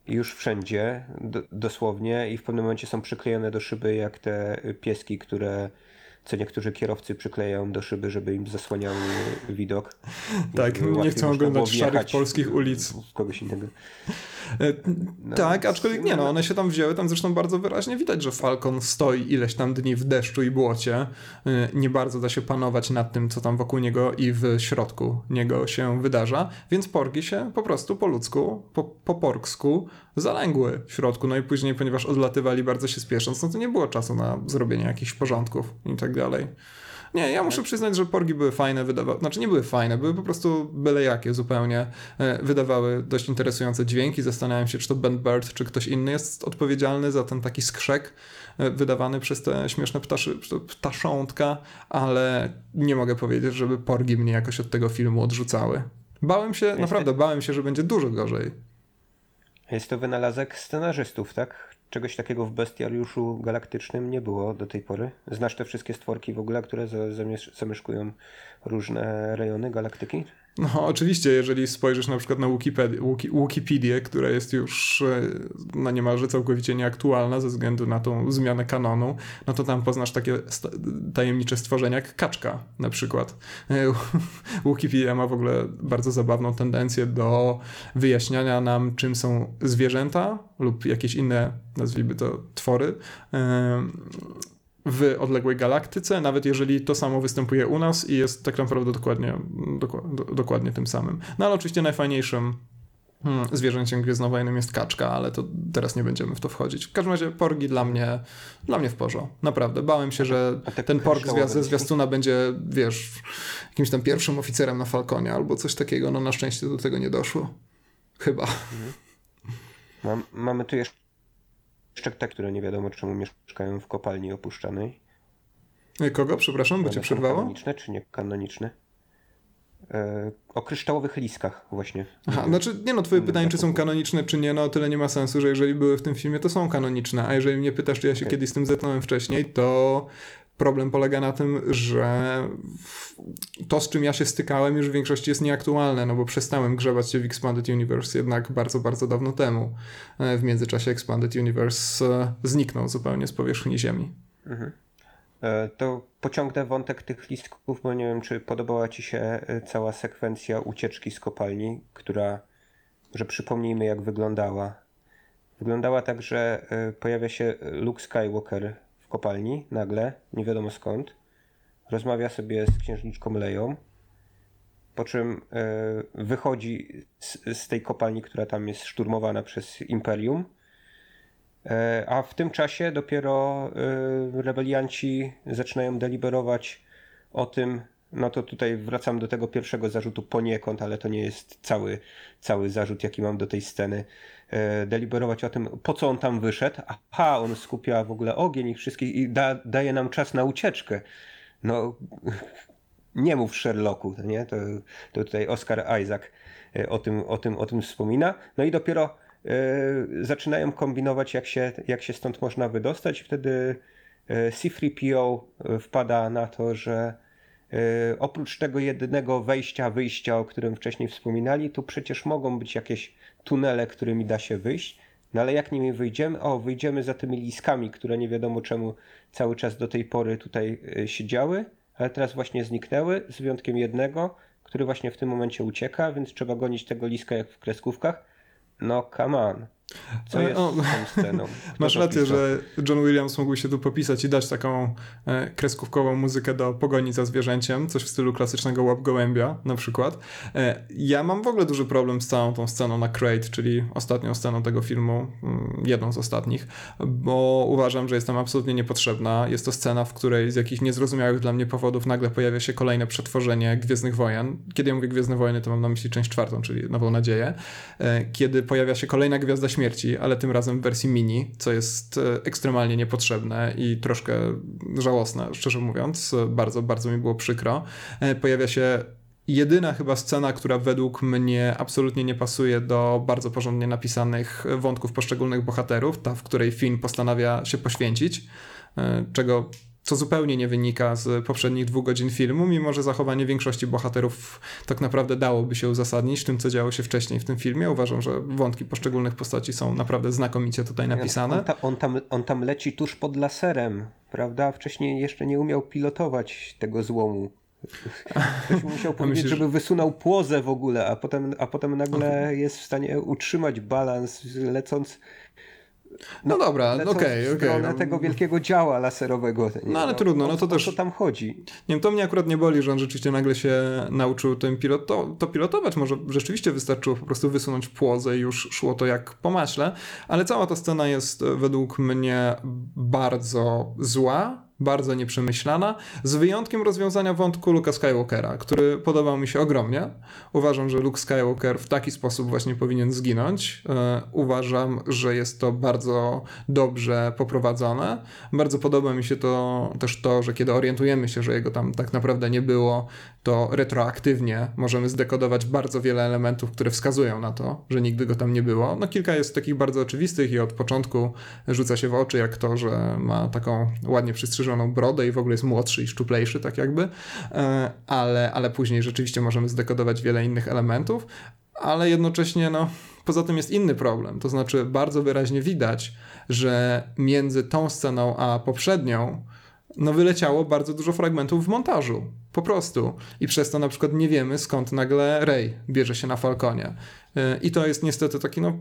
Speaker 2: już wszędzie, do, dosłownie, i w pewnym momencie są przyklejone do szyby jak te pieski, które co niektórzy kierowcy przyklejają do szyby, żeby im zasłaniały widok.
Speaker 1: Tak, nie chcą oglądać szarych polskich ulic.
Speaker 2: Kogoś innego.
Speaker 1: No, tak, aczkolwiek nie, no one się tam wzięły, tam zresztą bardzo wyraźnie widać, że Falcon stoi ileś tam dni w deszczu i błocie. Nie bardzo da się panować nad tym, co tam wokół niego i w środku niego się wydarza, więc porgi się po prostu po ludzku, po, po porgsku zalęgły w środku, no i później, ponieważ odlatywali bardzo się spiesząc, no to nie było czasu na zrobienie jakichś porządków i tak dalej. Nie, ja muszę przyznać, że porgi były fajne, wydawały, znaczy nie były fajne, były po prostu byle jakie zupełnie, wydawały dość interesujące dźwięki, zastanawiam się, czy to Ben Bird, czy ktoś inny jest odpowiedzialny za ten taki skrzek wydawany przez te śmieszne ptaszy, ptaszątka, ale nie mogę powiedzieć, żeby porgi mnie jakoś od tego filmu odrzucały. Bałem się, jest naprawdę to... bałem się, że będzie dużo gorzej.
Speaker 2: Jest to wynalazek scenarzystów, tak? Czegoś takiego w Bestiariuszu Galaktycznym nie było do tej pory. Znasz te wszystkie stworki w ogóle, które zamieszkują różne rejony galaktyki?
Speaker 1: No oczywiście, jeżeli spojrzysz na przykład na Wikipedię, Wiki, Wikipedię, która jest już no, niemalże całkowicie nieaktualna ze względu na tą zmianę kanonu, no to tam poznasz takie tajemnicze stworzenia jak kaczka na przykład. Wikipedia ma w ogóle bardzo zabawną tendencję do wyjaśniania nam, czym są zwierzęta lub jakieś inne, nazwijmy to, twory w odległej galaktyce, nawet jeżeli to samo występuje u nas i jest tak naprawdę dokładnie, doku- dokładnie tym samym. No ale oczywiście najfajniejszym hmm, zwierzęciem gwiezdnowojnym jest kaczka, ale to teraz nie będziemy w to wchodzić. W każdym razie porgi dla mnie, dla mnie w porządku. Naprawdę. Bałem się, że ten porg zwi- ze zwiastuna będzie, wiesz, jakimś tam pierwszym oficerem na Falconie albo coś takiego. No na szczęście do tego nie doszło. Chyba.
Speaker 2: Mhm. Mam, mamy tu jeszcze Jeszcze te, które nie wiadomo czemu mieszkają w kopalni opuszczanej.
Speaker 1: Kogo? Przepraszam, bo cię przerwało?
Speaker 2: Kanoniczne czy nie kanoniczne? E, o kryształowych liskach właśnie.
Speaker 1: Aha, znaczy nie no, twoje pytanie, czy są kanoniczne, czy nie, no o tyle nie ma sensu, że jeżeli były w tym filmie, to są kanoniczne, a jeżeli mnie pytasz, czy ja się okay. kiedyś z tym zetknąłem wcześniej, to problem polega na tym, że to, z czym ja się stykałem, już w większości jest nieaktualne, no bo przestałem grzebać się w Expanded Universe jednak bardzo, bardzo dawno temu. W międzyczasie Expanded Universe zniknął zupełnie z powierzchni Ziemi. Mhm.
Speaker 2: To pociągnę wątek tych listków, bo nie wiem, czy podobała ci się cała sekwencja ucieczki z kopalni, która, że przypomnijmy, jak wyglądała. Wyglądała tak, że pojawia się Luke Skywalker w kopalni nagle, nie wiadomo skąd. Rozmawia sobie z księżniczką Leją, po czym wychodzi z, z tej kopalni, która tam jest szturmowana przez Imperium. A w tym czasie dopiero rebelianci zaczynają deliberować o tym, no to tutaj wracam do tego pierwszego zarzutu poniekąd, ale to nie jest cały, cały zarzut, jaki mam do tej sceny. Deliberować o tym, po co on tam wyszedł. Aha, on skupia w ogóle ogień ich wszystkich i da, daje nam czas na ucieczkę. No, nie mów Sherlocku, nie? To, to tutaj Oscar Isaac o tym, o tym, o tym wspomina. No i dopiero Yy, zaczynają kombinować, jak się, jak się stąd można wydostać. Wtedy yy, C trzy P O wpada na to, że yy, oprócz tego jednego wejścia, wyjścia, o którym wcześniej wspominali, tu przecież mogą być jakieś tunele, którymi da się wyjść. No ale jak nimi wyjdziemy? O, wyjdziemy za tymi liskami, które nie wiadomo czemu cały czas do tej pory tutaj yy, siedziały, ale teraz właśnie zniknęły, z wyjątkiem jednego, który właśnie w tym momencie ucieka, więc trzeba gonić tego liska jak w kreskówkach. No come on. Co jest o, z tą sceną? Kto
Speaker 1: masz rację, że John Williams mógł się tu popisać i dać taką e, kreskówkową muzykę do pogoni za zwierzęciem, coś w stylu klasycznego Łap Gołębia na przykład. E, ja mam w ogóle duży problem z całą tą sceną na Crate, czyli ostatnią sceną tego filmu, m, jedną z ostatnich, bo uważam, że jest tam absolutnie niepotrzebna. Jest to scena, w której z jakichś niezrozumiałych dla mnie powodów nagle pojawia się kolejne przetworzenie Gwiezdnych Wojen. Kiedy ja mówię Gwiezdne Wojny, to mam na myśli część czwartą, czyli Nową Nadzieję. E, kiedy pojawia się kolejna Gwiazda Śmierci, ale tym razem w wersji mini, co jest ekstremalnie niepotrzebne i troszkę żałosne, szczerze mówiąc. Bardzo, bardzo mi było przykro. Pojawia się jedyna chyba scena, która według mnie absolutnie nie pasuje do bardzo porządnie napisanych wątków poszczególnych bohaterów, ta, w której film postanawia się poświęcić, czego co zupełnie nie wynika z poprzednich dwóch godzin filmu, mimo że zachowanie większości bohaterów tak naprawdę dałoby się uzasadnić tym, co działo się wcześniej w tym filmie. Uważam, że wątki poszczególnych postaci są naprawdę znakomicie tutaj napisane.
Speaker 2: On, ta, on, tam, on tam leci tuż pod laserem, prawda? Wcześniej jeszcze nie umiał pilotować tego złomu. Ktoś musiał powiedzieć, myślisz, żeby wysunął płozę w ogóle, a potem, a potem nagle okay. jest w stanie utrzymać balans, lecąc...
Speaker 1: No, no dobra, okej, okej. Okay,
Speaker 2: okay. tego wielkiego działa laserowego. Nie,
Speaker 1: no ale
Speaker 2: no,
Speaker 1: trudno,
Speaker 2: no
Speaker 1: no to też...
Speaker 2: O co tam chodzi?
Speaker 1: Nie wiem, to mnie akurat nie boli, że on rzeczywiście nagle się nauczył tym piloto- to pilotować. Może rzeczywiście wystarczyło po prostu wysunąć płozę i już szło to jak po maśle, ale cała ta scena jest według mnie bardzo zła, bardzo nieprzemyślana, z wyjątkiem rozwiązania wątku Luke'a Skywalkera, który podobał mi się ogromnie. Uważam, że Luke Skywalker w taki sposób właśnie powinien zginąć. E, uważam, że jest to bardzo dobrze poprowadzone. Bardzo podoba mi się to też to, że kiedy orientujemy się, że jego tam tak naprawdę nie było, to retroaktywnie możemy zdekodować bardzo wiele elementów, które wskazują na to, że nigdy go tam nie było. No kilka jest takich bardzo oczywistych i od początku rzuca się w oczy, jak to, że ma taką ładnie przystrzyżoną brodę i w ogóle jest młodszy i szczuplejszy, tak jakby, ale, ale później rzeczywiście możemy zdekodować wiele innych elementów, ale jednocześnie no, poza tym jest inny problem, to znaczy bardzo wyraźnie widać, że między tą sceną a poprzednią no wyleciało bardzo dużo fragmentów w montażu, po prostu. I przez to na przykład nie wiemy, skąd nagle Rey bierze się na Falconie. I to jest niestety taki no...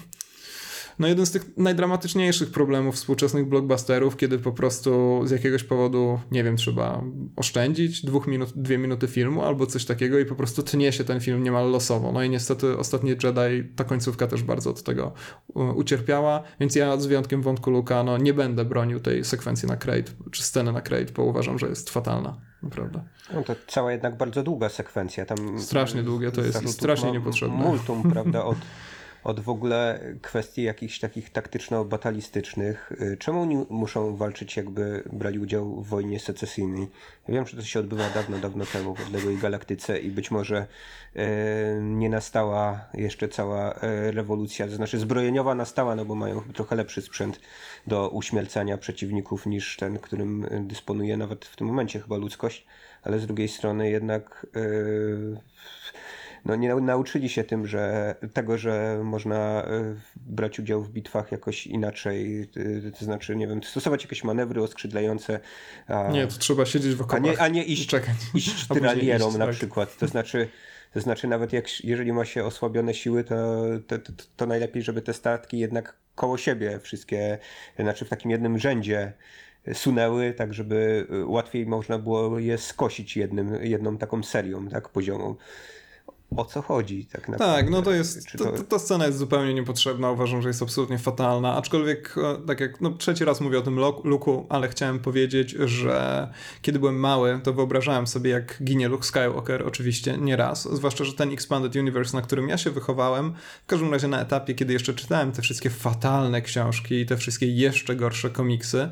Speaker 1: No jeden z tych najdramatyczniejszych problemów współczesnych blockbusterów, kiedy po prostu z jakiegoś powodu, nie wiem, trzeba oszczędzić dwóch minut, dwie minuty filmu albo coś takiego i po prostu tnie się ten film niemal losowo. No i niestety Ostatni Jedi, ta końcówka też bardzo od tego ucierpiała, więc ja z wyjątkiem wątku Luka, no nie będę bronił tej sekwencji na Crait, czy sceny na Crait, bo uważam, że jest fatalna. Naprawdę.
Speaker 2: No to cała jednak bardzo długa sekwencja. Tam
Speaker 1: strasznie długie to jest i strasznie niepotrzebne.
Speaker 2: Multum, prawda, od od w ogóle kwestii jakichś takich taktyczno-batalistycznych. Czemu oni muszą walczyć, jakby brali udział w wojnie secesyjnej? Ja wiem, że to się odbywa dawno, dawno temu w odległej galaktyce i być może e, nie nastała jeszcze cała e, rewolucja, to znaczy zbrojeniowa nastała, no bo mają trochę lepszy sprzęt do uśmiercania przeciwników niż ten, którym dysponuje nawet w tym momencie chyba ludzkość, ale z drugiej strony jednak e, no nie nauczyli się tym, że tego, że można brać udział w bitwach jakoś inaczej, to znaczy, nie wiem, stosować jakieś manewry oskrzydlające. A,
Speaker 1: nie, to trzeba siedzieć w okopach.
Speaker 2: A nie, a nie iść,
Speaker 1: czekać.
Speaker 2: iść tyralierą
Speaker 1: iść,
Speaker 2: na
Speaker 1: tak.
Speaker 2: przykład. To znaczy, to znaczy nawet jak, jeżeli ma się osłabione siły, to, to, to, to najlepiej, żeby te statki jednak koło siebie wszystkie, znaczy w takim jednym rzędzie sunęły, tak żeby łatwiej można było je skosić jednym, jedną taką serią, tak, poziomą. O co chodzi tak naprawdę?
Speaker 1: Tak, no to jest,
Speaker 2: Czy
Speaker 1: to...
Speaker 2: to...
Speaker 1: ta scena jest zupełnie niepotrzebna, uważam, że jest absolutnie fatalna, aczkolwiek, tak jak, no trzeci raz mówię o tym Luke'u, ale chciałem powiedzieć, że kiedy byłem mały, to wyobrażałem sobie, jak ginie Luke Skywalker, oczywiście nie raz, zwłaszcza, że ten Expanded Universe, na którym ja się wychowałem, w każdym razie na etapie, kiedy jeszcze czytałem te wszystkie fatalne książki i te wszystkie jeszcze gorsze komiksy,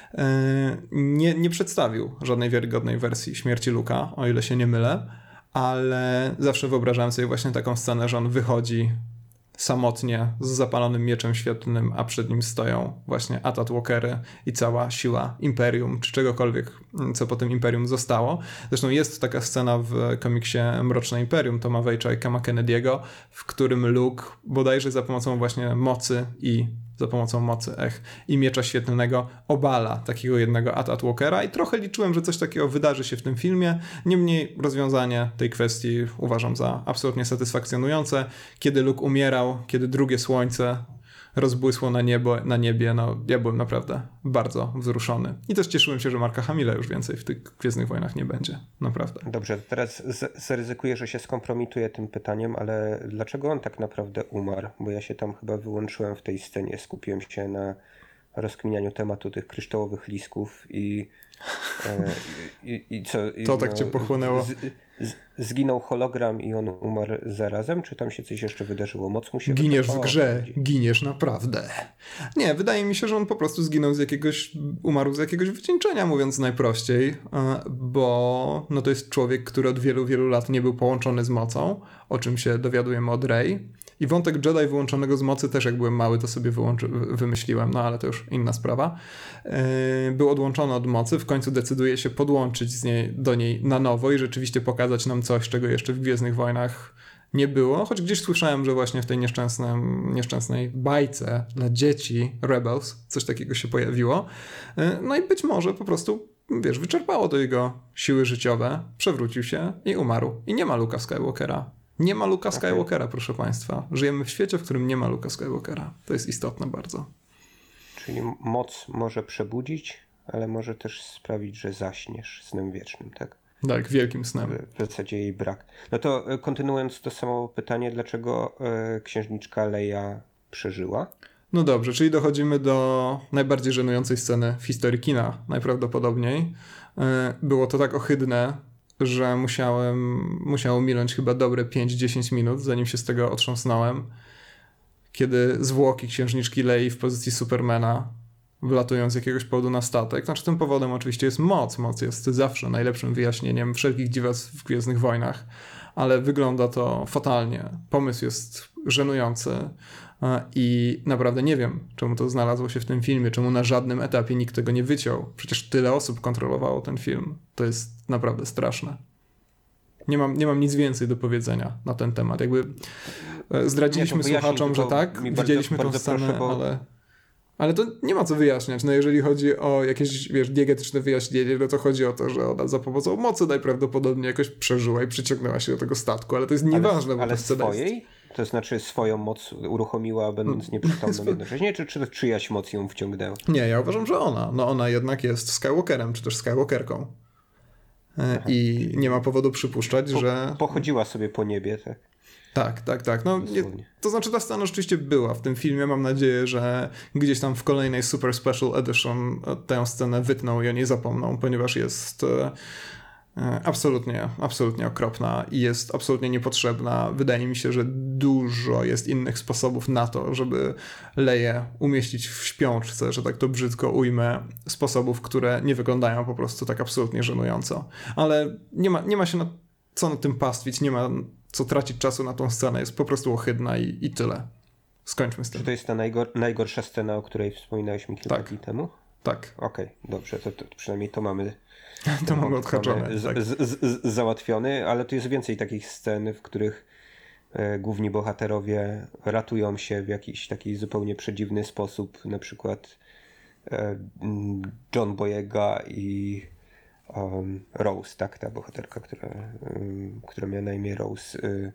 Speaker 1: nie, nie przedstawił żadnej wiarygodnej wersji śmierci Luke'a, o ile się nie mylę. Ale zawsze wyobrażałem sobie właśnie taką scenę, że on wychodzi samotnie z zapalonym mieczem świetlnym, a przed nim stoją właśnie Atat Walkery i cała siła Imperium, czy czegokolwiek, co po tym Imperium zostało. Zresztą jest taka scena w komiksie Mroczne Imperium Toma Veitcha i Cama Kennedy'ego, w którym Luke bodajże za pomocą właśnie mocy i za pomocą mocy, ech, i miecza świetlnego obala takiego jednego Atat Walkera i trochę liczyłem, że coś takiego wydarzy się w tym filmie. Niemniej rozwiązanie tej kwestii uważam za absolutnie satysfakcjonujące. Kiedy Luke umierał, kiedy drugie słońce rozbłysło na, niebo, na niebie, no ja byłem naprawdę bardzo wzruszony. I też cieszyłem się, że Marka Hamilla już więcej w tych Gwiezdnych Wojnach nie będzie. Naprawdę.
Speaker 2: Dobrze, teraz z- zaryzykuję, że się skompromituję tym pytaniem, ale dlaczego on tak naprawdę umarł? Bo ja się tam chyba wyłączyłem w tej scenie, skupiłem się na rozkminianiu tematu tych kryształowych lisków i, e, i, i co... I,
Speaker 1: to tak
Speaker 2: no,
Speaker 1: cię pochłonęło.
Speaker 2: Z, z, zginął hologram i on umarł zarazem, czy tam się coś jeszcze wydarzyło? Moc mu się
Speaker 1: Giniesz w
Speaker 2: wyczerpała?
Speaker 1: grze, giniesz naprawdę. Nie, wydaje mi się, że on po prostu zginął z jakiegoś, umarł z jakiegoś wycieńczenia, mówiąc najprościej, bo no to jest człowiek, który od wielu, wielu lat nie był połączony z mocą, o czym się dowiadujemy od Rey. I wątek Jedi wyłączonego z mocy też jak byłem mały, to sobie wyłączy, wymyśliłem, no ale to już inna sprawa. Yy, był odłączony od mocy, w końcu decyduje się podłączyć z niej, do niej na nowo i rzeczywiście pokazać nam coś, czego jeszcze w Gwiezdnych Wojnach nie było, choć gdzieś słyszałem, że właśnie w tej nieszczęsnym, nieszczęsnej bajce dla dzieci Rebels coś takiego się pojawiło. Yy, no i być może po prostu, wiesz, wyczerpało to jego siły życiowe, przewrócił się i umarł. I nie ma Luke'a Skywalkera. Nie ma Luke'a Skywalkera, okay. Proszę Państwa. Żyjemy w świecie, w którym nie ma Luke'a Skywalkera. To jest istotne bardzo.
Speaker 2: Czyli moc może przebudzić, ale może też sprawić, że zaśniesz snem wiecznym, tak?
Speaker 1: Tak, wielkim snem.
Speaker 2: W zasadzie jej brak. No to kontynuując to samo pytanie, dlaczego y, księżniczka Leia przeżyła?
Speaker 1: No dobrze, czyli dochodzimy do najbardziej żenującej sceny w historii kina, najprawdopodobniej. Y, było to tak ohydne, że musiałem, musiało minąć chyba dobre pięć do dziesięciu minut, zanim się z tego otrząsnąłem, kiedy zwłoki księżniczki Lei w pozycji Supermana wlatują z jakiegoś powodu na statek. Znaczy tym powodem oczywiście jest moc. Moc jest zawsze najlepszym wyjaśnieniem wszelkich dziwactw w Gwiezdnych Wojnach, ale wygląda to fatalnie. Pomysł jest żenujący i naprawdę nie wiem, czemu to znalazło się w tym filmie, czemu na żadnym etapie nikt tego nie wyciął. Przecież tyle osób kontrolowało ten film. To jest naprawdę straszne. Nie mam, nie mam nic więcej do powiedzenia na ten temat. Jakby zdradziliśmy słuchaczom, że tak, widzieliśmy bardzo, tą scenę, proszę, bo... ale... Ale to nie ma co wyjaśniać. No jeżeli chodzi o jakieś, wiesz, diegetyczne wyjaśnienie, no to chodzi o to, że ona za pomocą mocy najprawdopodobniej jakoś przeżyła i przyciągnęła się do tego statku, ale to jest nieważne,
Speaker 2: ale,
Speaker 1: bo to
Speaker 2: swojej? Jest... To znaczy swoją moc uruchomiła, będąc nieprzytomną jednocześnie, czy, czy czyjaś moc ją wciągnęła?
Speaker 1: Nie, ja uważam, że ona. No ona jednak jest Skywalkerem, czy też Skywalkerką. Aha. I nie ma powodu przypuszczać, po, że...
Speaker 2: Pochodziła sobie po niebie, tak?
Speaker 1: Tak, tak, tak. No, nie, to znaczy ta scena rzeczywiście była w tym filmie. Mam nadzieję, że gdzieś tam w kolejnej Super Special Edition tę scenę wytną i o niej zapomną, ponieważ jest e, absolutnie, absolutnie okropna i jest absolutnie niepotrzebna. Wydaje mi się, że dużo jest innych sposobów na to, żeby Leię umieścić w śpiączce, że tak to brzydko ujmę, sposobów, które nie wyglądają po prostu tak absolutnie żenująco. Ale nie ma, nie ma się na co na tym pastwić, nie ma co tracić czasu na tą scenę, jest po prostu ohydna i, i tyle. Skończmy z tym.
Speaker 2: Czy to jest ta najgor- najgorsza scena, o której wspominałeś mi kilka
Speaker 1: tak.
Speaker 2: dni temu?
Speaker 1: Tak.
Speaker 2: Okej, okay, dobrze, to, to przynajmniej to mamy
Speaker 1: to mamy odhaczone.
Speaker 2: Z,
Speaker 1: tak.
Speaker 2: z, z, z, załatwiony, ale tu jest więcej takich scen, w których e, główni bohaterowie ratują się w jakiś taki zupełnie przedziwny sposób, na przykład e, John Boyega i Um, Rose, tak, ta bohaterka, która, um, która miała na imię Rose, y,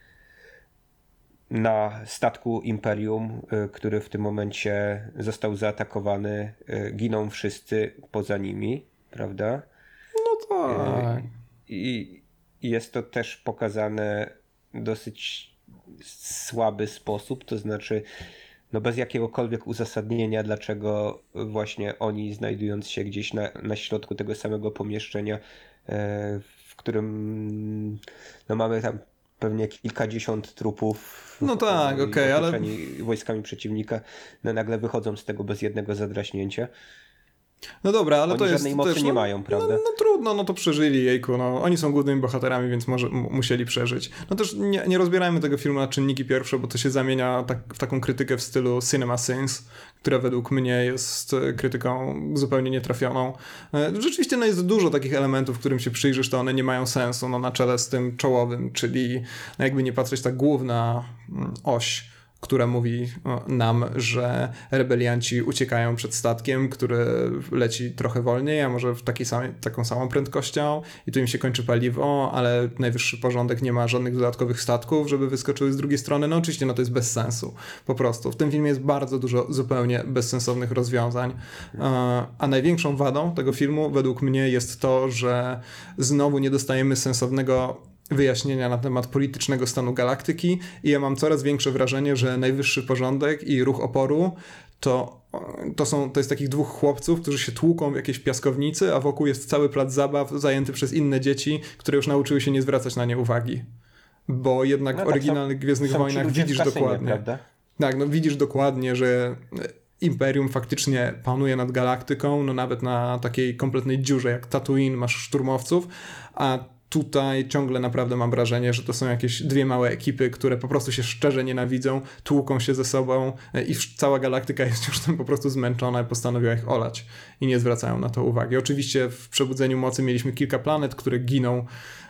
Speaker 2: na statku Imperium, y, który w tym momencie został zaatakowany, y, giną wszyscy poza nimi, prawda?
Speaker 1: No tak.
Speaker 2: Y, I jest to też pokazane w dosyć słaby sposób, to znaczy no bez jakiegokolwiek uzasadnienia, dlaczego właśnie oni, znajdując się gdzieś na, na środku tego samego pomieszczenia, e, w którym no mamy tam pewnie kilkadziesiąt trupów.
Speaker 1: No tak, okej, okay, ale...
Speaker 2: wojskami przeciwnika, no nagle wychodzą z tego bez jednego zadraśnięcia.
Speaker 1: No dobra, ale
Speaker 2: oni
Speaker 1: to jest...
Speaker 2: żadnej mocy
Speaker 1: też,
Speaker 2: nie
Speaker 1: no,
Speaker 2: mają, prawda?
Speaker 1: No, no trudno, no to przeżyli, jejku, no oni są głównymi bohaterami, więc może m- musieli przeżyć. No też nie, nie rozbierajmy tego filmu na czynniki pierwsze, bo to się zamienia tak, w taką krytykę w stylu Cinema Sins, która według mnie jest krytyką zupełnie nietrafioną. Rzeczywiście no jest dużo takich elementów, którym się przyjrzysz, to one nie mają sensu, no na czele z tym czołowym, czyli no jakby nie patrzeć, ta główna oś, która mówi nam, że rebelianci uciekają przed statkiem, który leci trochę wolniej, a może w takiej samej, taką samą prędkością i tu im się kończy paliwo, ale najwyższy porządek nie ma żadnych dodatkowych statków, żeby wyskoczyły z drugiej strony. No oczywiście, no to jest bez sensu. Po prostu. W tym filmie jest bardzo dużo zupełnie bezsensownych rozwiązań. A największą wadą tego filmu według mnie jest to, że znowu nie dostajemy sensownego wyjaśnienia na temat politycznego stanu galaktyki i ja mam coraz większe wrażenie, że najwyższy porządek i ruch oporu to, to, są, to jest takich dwóch chłopców, którzy się tłuką w jakiejś piaskownicy, a wokół jest cały plac zabaw zajęty przez inne dzieci, które już nauczyły się nie zwracać na nie uwagi. Bo jednak
Speaker 2: no
Speaker 1: w
Speaker 2: tak,
Speaker 1: oryginalnych
Speaker 2: są,
Speaker 1: Gwiezdnych
Speaker 2: są
Speaker 1: Wojnach widzisz
Speaker 2: kasynie,
Speaker 1: dokładnie.
Speaker 2: Prawda?
Speaker 1: Tak, no widzisz dokładnie, że Imperium faktycznie panuje nad galaktyką, no nawet na takiej kompletnej dziurze jak Tatooine masz szturmowców, a tutaj ciągle naprawdę mam wrażenie, że to są jakieś dwie małe ekipy, które po prostu się szczerze nienawidzą, tłuką się ze sobą i cała galaktyka jest już tam po prostu zmęczona i postanowiła ich olać i nie zwracają na to uwagi. Oczywiście w Przebudzeniu Mocy mieliśmy kilka planet, które giną,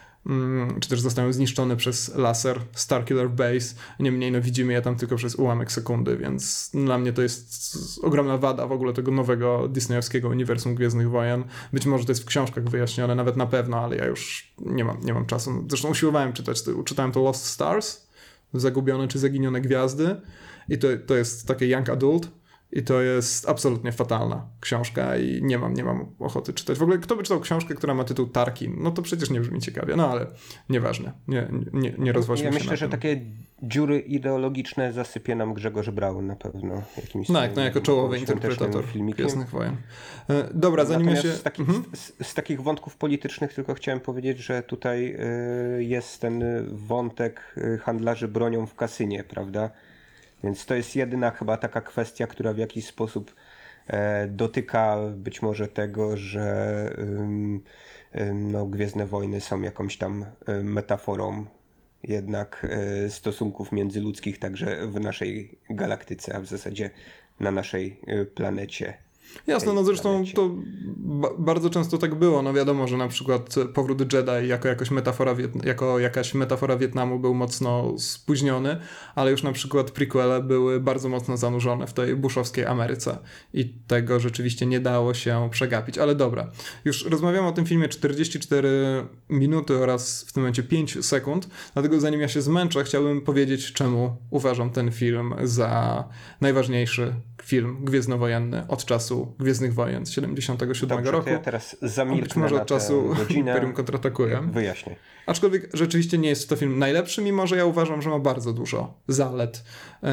Speaker 1: czy też zostają zniszczone przez laser Starkiller Base. Niemniej no widzimy je tam tylko przez ułamek sekundy, więc dla mnie to jest ogromna wada w ogóle tego nowego disneyowskiego uniwersum Gwiezdnych Wojen. Być może to jest w książkach wyjaśnione, nawet na pewno, ale ja już nie mam, nie mam czasu. Zresztą usiłowałem czytać, czytałem to Lost Stars, Zagubione czy Zaginione Gwiazdy i to, to jest takie young adult. I to jest absolutnie fatalna książka i nie mam, nie mam ochoty czytać. W ogóle kto by czytał książkę, która ma tytuł Tarkin? No to przecież nie brzmi ciekawie, no ale nieważne, nie, nie, nie rozwoźmy
Speaker 2: ja
Speaker 1: się
Speaker 2: myślę,
Speaker 1: na
Speaker 2: że
Speaker 1: tym.
Speaker 2: takie dziury ideologiczne zasypie nam Grzegorz Braun na pewno. Jakimś
Speaker 1: no jak, no jako czołowy interpretator
Speaker 2: filmikiem.
Speaker 1: Gwiezdnych Wojen. E, dobra, zanim
Speaker 2: Natomiast
Speaker 1: ja się...
Speaker 2: Z takich,
Speaker 1: mhm.
Speaker 2: z, z takich wątków politycznych tylko chciałem powiedzieć, że tutaj y, jest ten wątek handlarzy bronią w kasynie, prawda? Więc to jest jedyna chyba taka kwestia, która w jakiś sposób e, dotyka być może tego, że ym, ym, no, Gwiezdne Wojny są jakąś tam y, metaforą jednak y, stosunków międzyludzkich także w naszej galaktyce, a w zasadzie na naszej y, planecie.
Speaker 1: Jasne, no zresztą to ba- bardzo często tak było. No wiadomo, że na przykład Powrót Jedi jako, jakoś metafora Wietn- jako jakaś metafora Wietnamu był mocno spóźniony, ale już na przykład prequele były bardzo mocno zanurzone w tej bushowskiej Ameryce i tego rzeczywiście nie dało się przegapić. Ale dobra, już rozmawiamy o tym filmie czterdzieści cztery minuty oraz w tym momencie pięć sekund, dlatego zanim ja się zmęczę, chciałbym powiedzieć, czemu uważam ten film za najważniejszy film gwiezdnowojenny od czasu Gwiezdnych Wojen z siedemdziesiątego siódmego
Speaker 2: Dobrze,
Speaker 1: roku.
Speaker 2: to ja teraz zamilknę
Speaker 1: Być może
Speaker 2: na
Speaker 1: od czasu
Speaker 2: godzinę.
Speaker 1: Imperium kontratakuje.
Speaker 2: Wyjaśnię.
Speaker 1: Aczkolwiek rzeczywiście nie jest to film najlepszy, mimo że ja uważam, że ma bardzo dużo zalet.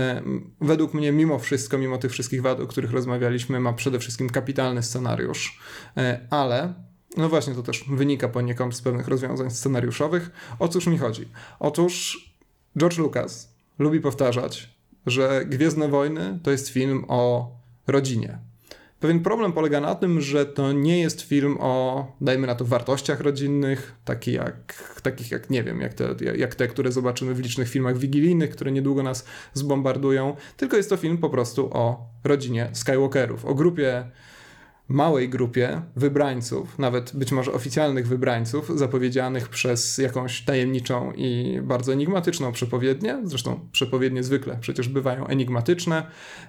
Speaker 1: Według mnie mimo wszystko, mimo tych wszystkich wad, o których rozmawialiśmy, ma przede wszystkim kapitalny scenariusz. Ale no właśnie to też wynika poniekąd z pewnych rozwiązań scenariuszowych. O cóż mi chodzi? Otóż George Lucas lubi powtarzać, że Gwiezdne Wojny to jest film o rodzinie. Pewien problem polega na tym, że to nie jest film o, dajmy na to, wartościach rodzinnych, taki jak, takich jak, nie wiem, jak te, jak te, które zobaczymy w licznych filmach wigilijnych, które niedługo nas zbombardują, tylko jest to film po prostu o rodzinie Skywalkerów, o grupie, małej grupie wybrańców, nawet być może oficjalnych wybrańców, zapowiedzianych przez jakąś tajemniczą i bardzo enigmatyczną przepowiednię. Zresztą przepowiednie zwykle przecież bywają enigmatyczne.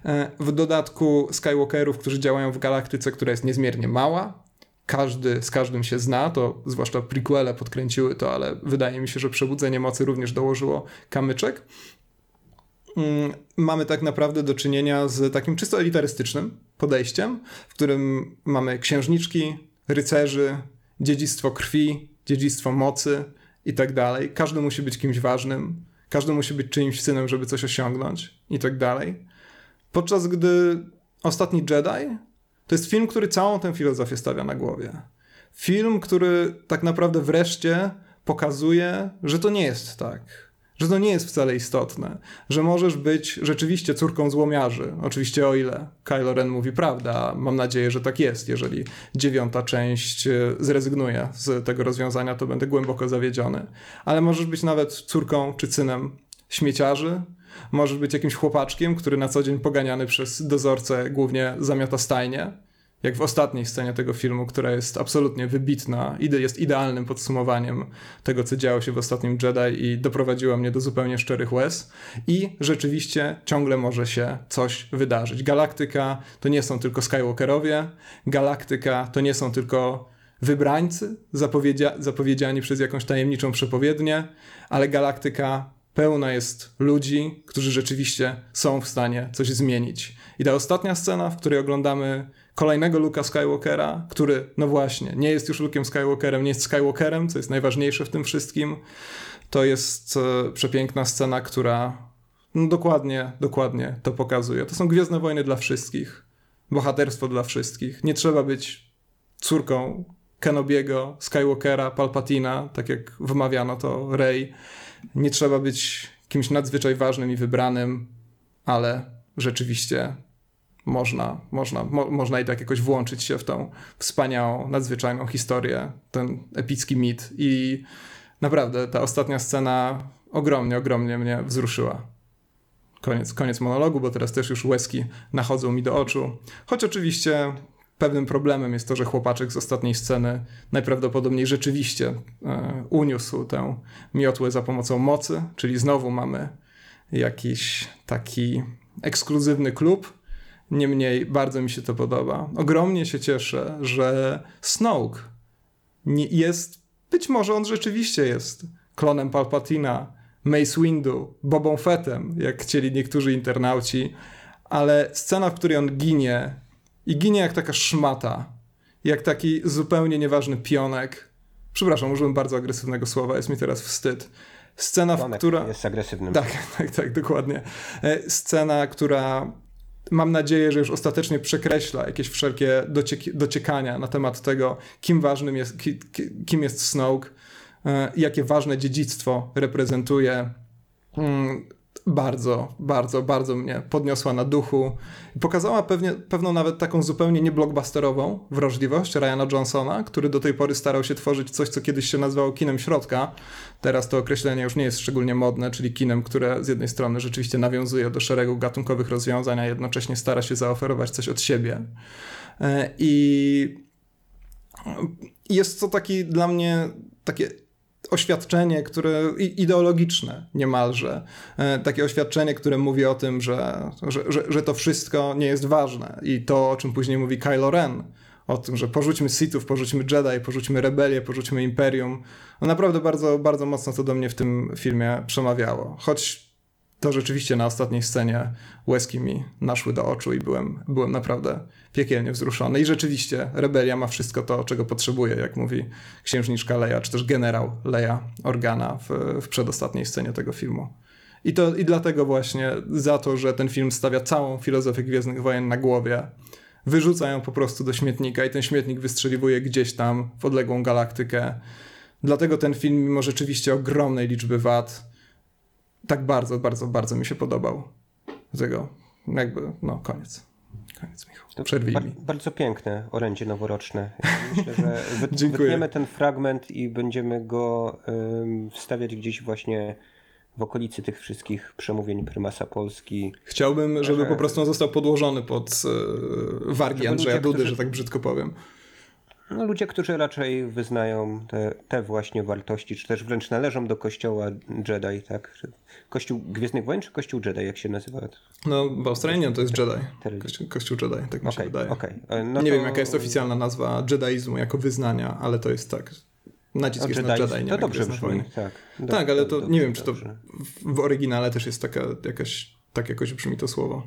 Speaker 1: W dodatku Skywalkerów, którzy działają w galaktyce, która jest niezmiernie mała. Każdy z każdym się zna, to zwłaszcza prequele podkręciły to, ale wydaje mi się, że Przebudzenie Mocy również dołożyło kamyczek. Mamy tak naprawdę do czynienia z takim czysto elitarystycznym podejściem, w którym mamy księżniczki, rycerzy, dziedzictwo krwi, dziedzictwo mocy i tak dalej. Każdy musi być kimś ważnym, każdy musi być czyimś synem, żeby coś osiągnąć i tak dalej. Podczas gdy Ostatni Jedi to jest film, który całą tę filozofię stawia na głowie. Film, który tak naprawdę wreszcie pokazuje, że to nie jest tak. Że to nie jest wcale istotne, że możesz być rzeczywiście córką złomiarzy. Oczywiście o ile Kylo Ren mówi prawdę, a mam nadzieję, że tak jest. Jeżeli dziewiąta część zrezygnuje z tego rozwiązania, to będę głęboko zawiedziony. Ale możesz być nawet córką czy synem śmieciarzy, możesz być jakimś chłopaczkiem, który na co dzień poganiany przez dozorcę głównie zamiata stajnie. Jak w ostatniej scenie tego filmu, która jest absolutnie wybitna, jest idealnym podsumowaniem tego, co działo się w Ostatnim Jedi i doprowadziło mnie do zupełnie szczerych łez. I rzeczywiście ciągle może się coś wydarzyć. Galaktyka to nie są tylko Skywalkerowie, galaktyka to nie są tylko wybrańcy zapowiedzia- zapowiedziani przez jakąś tajemniczą przepowiednię, ale galaktyka pełna jest ludzi, którzy rzeczywiście są w stanie coś zmienić. I ta ostatnia scena, w której oglądamy kolejnego Luke'a Skywalkera, który, no właśnie, nie jest już Luke'em Skywalkerem, nie jest Skywalkerem, co jest najważniejsze w tym wszystkim. To jest e, przepiękna scena, która no dokładnie, dokładnie to pokazuje. To są Gwiezdne Wojny dla wszystkich. Bohaterstwo dla wszystkich. Nie trzeba być córką Kenobiego, Skywalkera, Palpatina, tak jak wymawiano to Rey. Nie trzeba być kimś nadzwyczaj ważnym i wybranym, ale rzeczywiście można, można, mo, można i tak jakoś włączyć się w tą wspaniałą, nadzwyczajną historię, ten epicki mit. I naprawdę ta ostatnia scena ogromnie, ogromnie mnie wzruszyła. Koniec, koniec monologu, bo teraz też już łezki nachodzą mi do oczu. Choć oczywiście pewnym problemem jest to, że chłopaczek z ostatniej sceny najprawdopodobniej rzeczywiście e, uniósł tę miotłę za pomocą mocy, czyli znowu mamy jakiś taki ekskluzywny klub. Niemniej bardzo mi się to podoba. Ogromnie się cieszę, że Snoke nie jest, być może on rzeczywiście jest klonem Palpatina, Mace Windu, Bobą Fettem, jak chcieli niektórzy internauci, ale scena, w której on ginie i ginie jak taka szmata, jak taki zupełnie nieważny pionek. Przepraszam, użyłem bardzo agresywnego słowa, jest mi teraz wstyd. Scena, w która...
Speaker 2: jest agresywnym.
Speaker 1: Tak, tak, tak, dokładnie. Scena, która mam nadzieję, że już ostatecznie przekreśla jakieś wszelkie dociek- dociekania na temat tego, kim ważnym jest, ki, ki, kim jest Snoke, jakie ważne dziedzictwo reprezentuje. Bardzo, bardzo, bardzo mnie podniosła na duchu. Pokazała pewnie, pewną nawet taką zupełnie nieblockbusterową wrażliwość Ryana Johnsona, który do tej pory starał się tworzyć coś, co kiedyś się nazywało kinem środka. Teraz to określenie już nie jest szczególnie modne, czyli kinem, które z jednej strony rzeczywiście nawiązuje do szeregu gatunkowych rozwiązań, a jednocześnie stara się zaoferować coś od siebie. I jest to taki dla mnie takie oświadczenie, które ideologiczne niemalże. Takie oświadczenie, które mówi o tym, że, że, że, że to wszystko nie jest ważne. I to, o czym później mówi Kylo Ren, o tym, że porzućmy Sithów, porzućmy Jedi, porzućmy rebelię, porzućmy Imperium. No naprawdę bardzo, bardzo mocno to do mnie w tym filmie przemawiało. Choć to rzeczywiście na ostatniej scenie łezki mi naszły do oczu i byłem, byłem naprawdę piekielnie wzruszony. I rzeczywiście rebelia ma wszystko to, czego potrzebuje, jak mówi księżniczka Leia, czy też generał Leia Organa w, w przedostatniej scenie tego filmu. I, to, I dlatego właśnie za to, że ten film stawia całą filozofię Gwiezdnych Wojen na głowie, wyrzuca ją po prostu do śmietnika i ten śmietnik wystrzeliwuje gdzieś tam w odległą galaktykę. Dlatego ten film, mimo rzeczywiście ogromnej liczby wad, tak bardzo, bardzo, bardzo mi się podobał. Dlatego jakby, no koniec. Koniec, Michał. Przerwij
Speaker 2: bar-
Speaker 1: mi.
Speaker 2: Bardzo piękne orędzie noworoczne. Myślę, że wy- wytniemy ten fragment i będziemy go ym, wstawiać gdzieś właśnie w okolicy tych wszystkich przemówień prymasa Polski.
Speaker 1: Chciałbym, żeby
Speaker 2: że...
Speaker 1: po prostu on został podłożony pod yy, wargi żeby Andrzeja ludzie, Dudy, którzy... że tak brzydko powiem.
Speaker 2: No, ludzie, którzy raczej wyznają te, te właśnie wartości, czy też wręcz należą do kościoła Jedi, tak? Kościół Gwiezdnych Wojen, czy kościół Jedi, jak się nazywa?
Speaker 1: No, w Australii to jest Jedi. Kościół, kościół Jedi, tak mi
Speaker 2: okay,
Speaker 1: się wydaje.
Speaker 2: Okay. No
Speaker 1: nie
Speaker 2: to...
Speaker 1: wiem, jaka jest oficjalna nazwa jedaizmu jako wyznania, ale to jest tak. Nacisk no, jest na Jedi, nie
Speaker 2: to dobrze brzmi, tak.
Speaker 1: Do, tak, ale to dobrze, nie wiem, czy to w, w oryginale też jest taka jakaś, tak jakoś brzmi to słowo.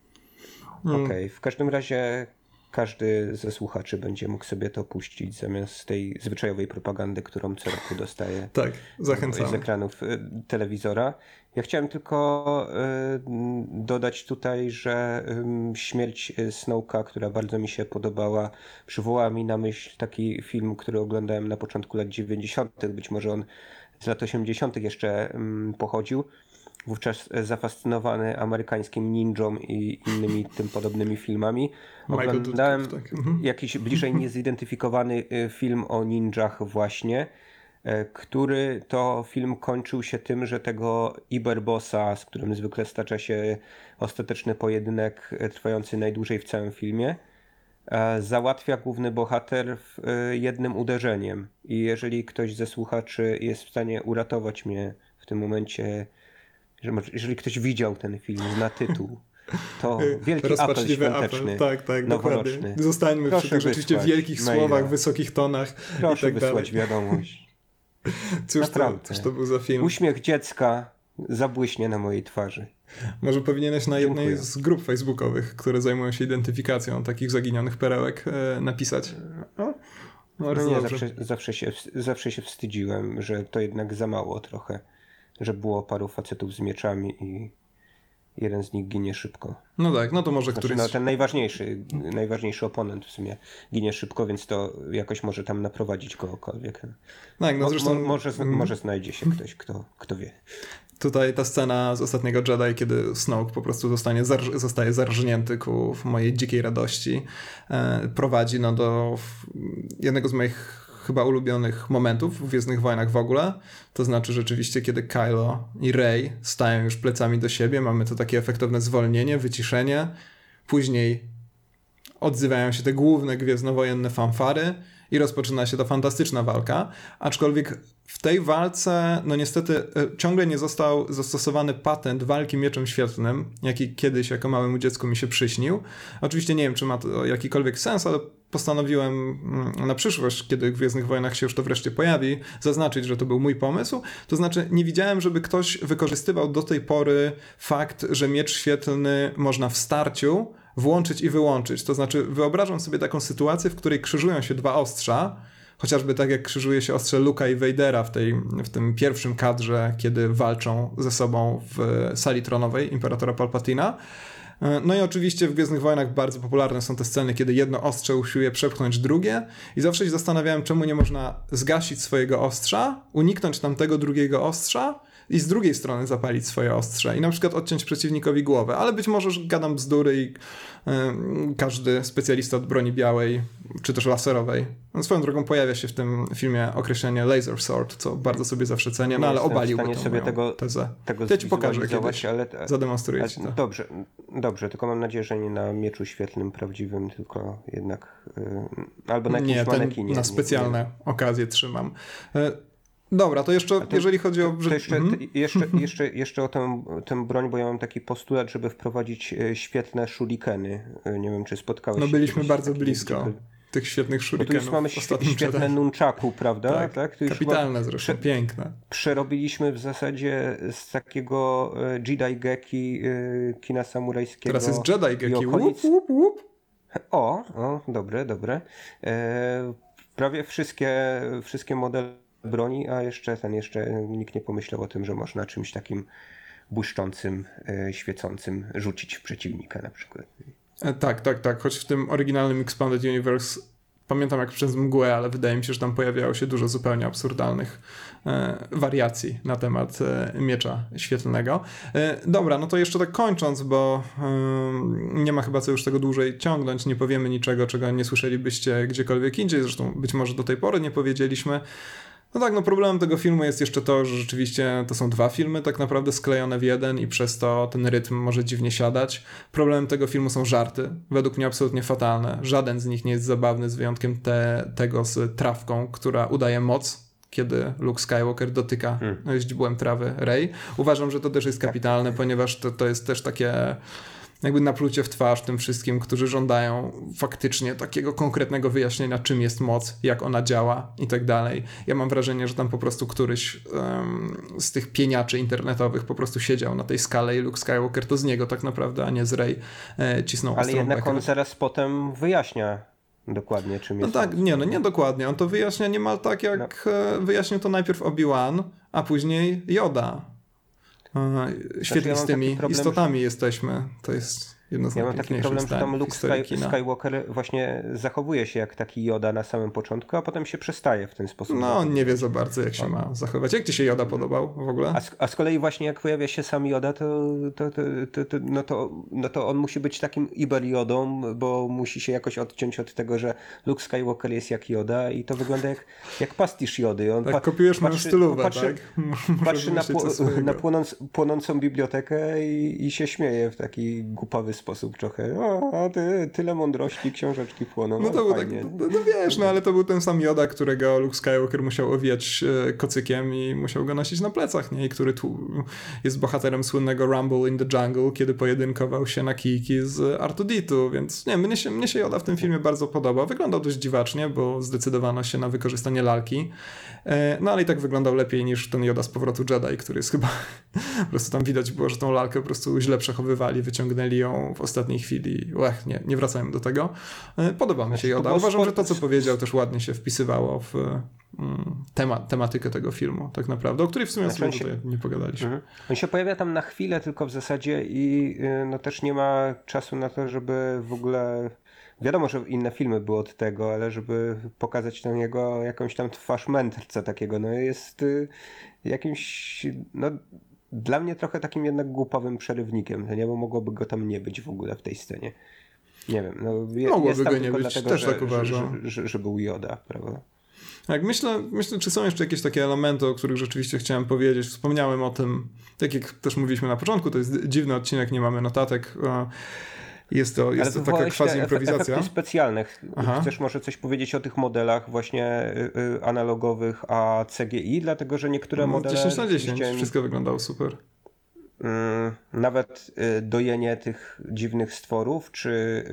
Speaker 2: Hmm. Okej, okay. W każdym razie każdy ze słuchaczy będzie mógł sobie to puścić zamiast tej zwyczajowej propagandy, którą co roku dostaje
Speaker 1: tak, zachęcamy.
Speaker 2: z ekranów telewizora. Ja chciałem tylko dodać tutaj, że śmierć Snoke'a, która bardzo mi się podobała, przywołała mi na myśl taki film, który oglądałem na początku lat dziewięćdziesiątych. Być może on z lat osiemdziesiątych jeszcze pochodził. Wówczas zafascynowany amerykańskim ninją i innymi tym podobnymi filmami. Oglądałem tak. jakiś bliżej niezidentyfikowany film o ninjach właśnie, który to film kończył się tym, że tego Iberbossa, z którym zwykle stacza się ostateczny pojedynek trwający najdłużej w całym filmie, załatwia główny bohater jednym uderzeniem. I jeżeli ktoś ze słuchaczy jest w stanie uratować mnie w tym momencie, że jeżeli ktoś widział ten film, zna tytuł, to wielki apel świąteczny,
Speaker 1: apel. Tak, tak, dokładnie. Zostańmy Proszę przy tych rzeczywiście wielkich maila. Słowach, wysokich tonach.
Speaker 2: Proszę
Speaker 1: i tak
Speaker 2: wysłać dalej. Wiadomość.
Speaker 1: Cóż to, cóż to był za film?
Speaker 2: Uśmiech dziecka zabłyśnie na mojej twarzy.
Speaker 1: Może powinieneś na jednej
Speaker 2: Dziękuję.
Speaker 1: z grup facebookowych, które zajmują się identyfikacją takich zaginionych perełek, e, napisać.
Speaker 2: No, no nie, zawsze, zawsze, się, zawsze się wstydziłem, że to jednak za mało trochę, że było paru facetów z mieczami i jeden z nich ginie szybko.
Speaker 1: No tak, no to może
Speaker 2: znaczy,
Speaker 1: któryś...
Speaker 2: No ten najważniejszy, najważniejszy oponent w sumie ginie szybko, więc to jakoś może tam naprowadzić kogokolwiek.
Speaker 1: Tak, no zresztą...
Speaker 2: Mo, może, może znajdzie się ktoś, kto, kto wie.
Speaker 1: Tutaj ta scena z Ostatniego Jedi, kiedy Snoke po prostu zostanie zarż- zostaje zarżnięty ku mojej dzikiej radości, e, prowadzi no do jednego z moich chyba ulubionych momentów w Gwiezdnych Wojnach w ogóle. To znaczy rzeczywiście, kiedy Kylo i Rey stają już plecami do siebie, mamy to takie efektowne zwolnienie, wyciszenie. Później odzywają się te główne gwiezdnowojenne fanfary i rozpoczyna się ta fantastyczna walka, aczkolwiek w tej walce, no niestety ciągle nie został zastosowany patent walki mieczem świetlnym, jaki kiedyś jako małemu dziecku mi się przyśnił. Oczywiście nie wiem, czy ma to jakikolwiek sens, ale postanowiłem na przyszłość, kiedy w Gwiezdnych Wojnach się już to wreszcie pojawi, zaznaczyć, że to był mój pomysł. To znaczy nie widziałem, żeby ktoś wykorzystywał do tej pory fakt, że miecz świetlny można w starciu włączyć i wyłączyć. To znaczy wyobrażam sobie taką sytuację, w której krzyżują się dwa ostrza, chociażby tak jak krzyżuje się ostrze Luke'a i Vadera w, tej, w tym pierwszym kadrze, kiedy walczą ze sobą w sali tronowej Imperatora Palpatina. No i oczywiście w Gwiezdnych Wojnach bardzo popularne są te sceny, kiedy jedno ostrze usiłuje przepchnąć drugie i zawsze się zastanawiałem, czemu nie można zgasić swojego ostrza, uniknąć tamtego drugiego ostrza i z drugiej strony zapalić swoje ostrze i na przykład odciąć przeciwnikowi głowę, ale być może już gadam bzdury i yy, każdy specjalista od broni białej czy też laserowej. No, swoją drogą pojawia się w tym filmie określenie laser sword, co bardzo sobie zawsze cenię, no ale obaliłby tą
Speaker 2: sobie tego,
Speaker 1: tezę.
Speaker 2: Tego
Speaker 1: ja ci pokażę kiedyś,
Speaker 2: ale,
Speaker 1: zademonstruję
Speaker 2: ale,
Speaker 1: ci to.
Speaker 2: Dobrze, dobrze, tylko mam nadzieję, że nie na mieczu świetlnym prawdziwym, tylko jednak yy, albo na jakimś
Speaker 1: nie,
Speaker 2: manekinie.
Speaker 1: Na specjalne nie, nie. okazje trzymam. Yy, Dobra, to jeszcze, to, jeżeli chodzi o...
Speaker 2: To jeszcze, mhm. jeszcze, jeszcze, jeszcze o tę, tę broń, bo ja mam taki postulat, żeby wprowadzić świetne shurikeny. Nie wiem, czy spotkałeś
Speaker 1: no,
Speaker 2: się...
Speaker 1: No byliśmy bardzo blisko gdzie... tych świetnych shurikenów.
Speaker 2: Bo tu już mamy świetne nunchaku, prawda?
Speaker 1: Tak, tak? To już kapitalne zresztą, prze... piękne.
Speaker 2: Przerobiliśmy w zasadzie z takiego Jedi Geki kina samurajskiego.
Speaker 1: Teraz jest Jedi Geki. Okolic... Łup, łup, łup.
Speaker 2: O, o, dobre, dobre. E, prawie wszystkie, wszystkie modele broni, a jeszcze ten jeszcze nikt nie pomyślał o tym, że można czymś takim błyszczącym, e, świecącym rzucić w przeciwnika na przykład.
Speaker 1: E, tak, tak, tak. Choć w tym oryginalnym Expanded Universe pamiętam jak przez mgłę, ale wydaje mi się, że tam pojawiało się dużo zupełnie absurdalnych e, wariacji na temat e, miecza świetlnego. E, dobra, no to jeszcze tak kończąc, bo e, nie ma chyba co już tego dłużej ciągnąć, nie powiemy niczego, czego nie słyszelibyście gdziekolwiek indziej, zresztą być może do tej pory nie powiedzieliśmy. No tak, no problemem tego filmu jest jeszcze to, że rzeczywiście to są dwa filmy tak naprawdę sklejone w jeden i przez to ten rytm może dziwnie siadać. Problemem tego filmu są żarty, według mnie absolutnie fatalne. Żaden z nich nie jest zabawny z wyjątkiem te, tego z trawką, która udaje moc, kiedy Luke Skywalker dotyka hmm. źdźbłem trawy Rey. Uważam, że to też jest kapitalne, ponieważ to, to jest też takie... jakby naplucie w twarz tym wszystkim, którzy żądają faktycznie takiego konkretnego wyjaśnienia, czym jest moc, jak ona działa i tak dalej. Ja mam wrażenie, że tam po prostu któryś um, z tych pieniaczy internetowych po prostu siedział na tej skale i Luke Skywalker to z niego tak naprawdę, a nie z Rey e, cisnął
Speaker 2: Ale
Speaker 1: ostrą
Speaker 2: jednak
Speaker 1: bekę.
Speaker 2: on zaraz potem wyjaśnia dokładnie, czym jest
Speaker 1: No tak,
Speaker 2: moc.
Speaker 1: nie, no nie dokładnie. On to wyjaśnia niemal tak, jak no. wyjaśnił to najpierw Obi-Wan, a później Yoda. Świetnie znaczy, ja z tymi problem, istotami że... jesteśmy. To jest jedno z
Speaker 2: ja najpiękniejszych
Speaker 1: zdań.
Speaker 2: Ja mam taki problem, że tam Luke Sky, Skywalker właśnie zachowuje się jak taki Yoda na samym początku, a potem się przestaje w ten sposób.
Speaker 1: No on nie wie za bardzo, jak się o. ma zachowywać. Jak ci się Yoda podobał w ogóle?
Speaker 2: A z, a z kolei właśnie jak pojawia się sam Yoda, to, to, to, to, to, no, to, no to on musi być takim Iber-Jodą, bo musi się jakoś odciąć od tego, że Luke Skywalker jest jak Yoda i to wygląda jak, jak pastisz Jody. On
Speaker 1: tak,
Speaker 2: pa-
Speaker 1: kopiujesz moją stylówę,
Speaker 2: patrzy,
Speaker 1: tak?
Speaker 2: Patrzy na, pł- na płonąc, płonącą bibliotekę i, i się śmieje w taki głupawy sposób trochę. O, ty, tyle mądrości, książeczki płoną.
Speaker 1: No to był tak, no, no wiesz, no ale to był ten sam Yoda, którego Luke Skywalker musiał owijać e, kocykiem i musiał go nosić na plecach, nie? I który tu jest bohaterem słynnego Rumble in the Jungle, kiedy pojedynkował się na kijki z R two D two, więc nie, mnie się, mnie się Yoda w tym filmie bardzo podoba. Wyglądał dość dziwacznie, bo zdecydowano się na wykorzystanie lalki, e, no ale i tak wyglądał lepiej niż ten Yoda z Powrotu Jedi, który jest chyba, po prostu tam widać było, że tą lalkę po prostu źle przechowywali, wyciągnęli ją filmu w ostatniej chwili. Łech, nie, nie wracajmy do tego. Podoba mi się
Speaker 2: To
Speaker 1: Yoda.
Speaker 2: było
Speaker 1: Uważam, że
Speaker 2: sport-
Speaker 1: to, co powiedział, też ładnie się wpisywało w mm, tema, tematykę tego filmu, tak naprawdę, o której w sumie
Speaker 2: Znaczy,
Speaker 1: sobie
Speaker 2: on się-
Speaker 1: tutaj nie pogadaliśmy.
Speaker 2: Mhm. On się pojawia tam na chwilę tylko w zasadzie i y, no też nie ma czasu na to, żeby w ogóle... Wiadomo, że inne filmy były od tego, ale żeby pokazać na niego jakąś tam twarz mędrca takiego, no jest y, jakimś, no dla mnie trochę takim jednak głupawym przerywnikiem, to nie, bo mogłoby go tam nie być w ogóle w tej scenie. Nie wiem, no je,
Speaker 1: Mogłoby
Speaker 2: jest tam
Speaker 1: go nie
Speaker 2: tylko
Speaker 1: być,
Speaker 2: dlatego,
Speaker 1: też
Speaker 2: że,
Speaker 1: tak
Speaker 2: że,
Speaker 1: uważam.
Speaker 2: że, że, że był Yoda, prawda?
Speaker 1: Tak, myślę, myślę, czy są jeszcze jakieś takie elementy, o których rzeczywiście chciałem powiedzieć. Wspomniałem o tym, tak jak też mówiliśmy na początku, to jest dziwny odcinek, nie mamy notatek. Jest to, jest to taka
Speaker 2: wywołałeś te
Speaker 1: quasi
Speaker 2: efe-
Speaker 1: improwizacja.
Speaker 2: efekty specjalnych.
Speaker 1: Aha.
Speaker 2: Chcesz może coś powiedzieć o tych modelach właśnie y, y, analogowych, a C G I? Dlatego, że niektóre
Speaker 1: No,
Speaker 2: modele...
Speaker 1: dziesięć na dziesięć,
Speaker 2: rzeczywiście,
Speaker 1: wszystko wyglądało super.
Speaker 2: mm, nawet y, dojenie tych dziwnych stworów, czy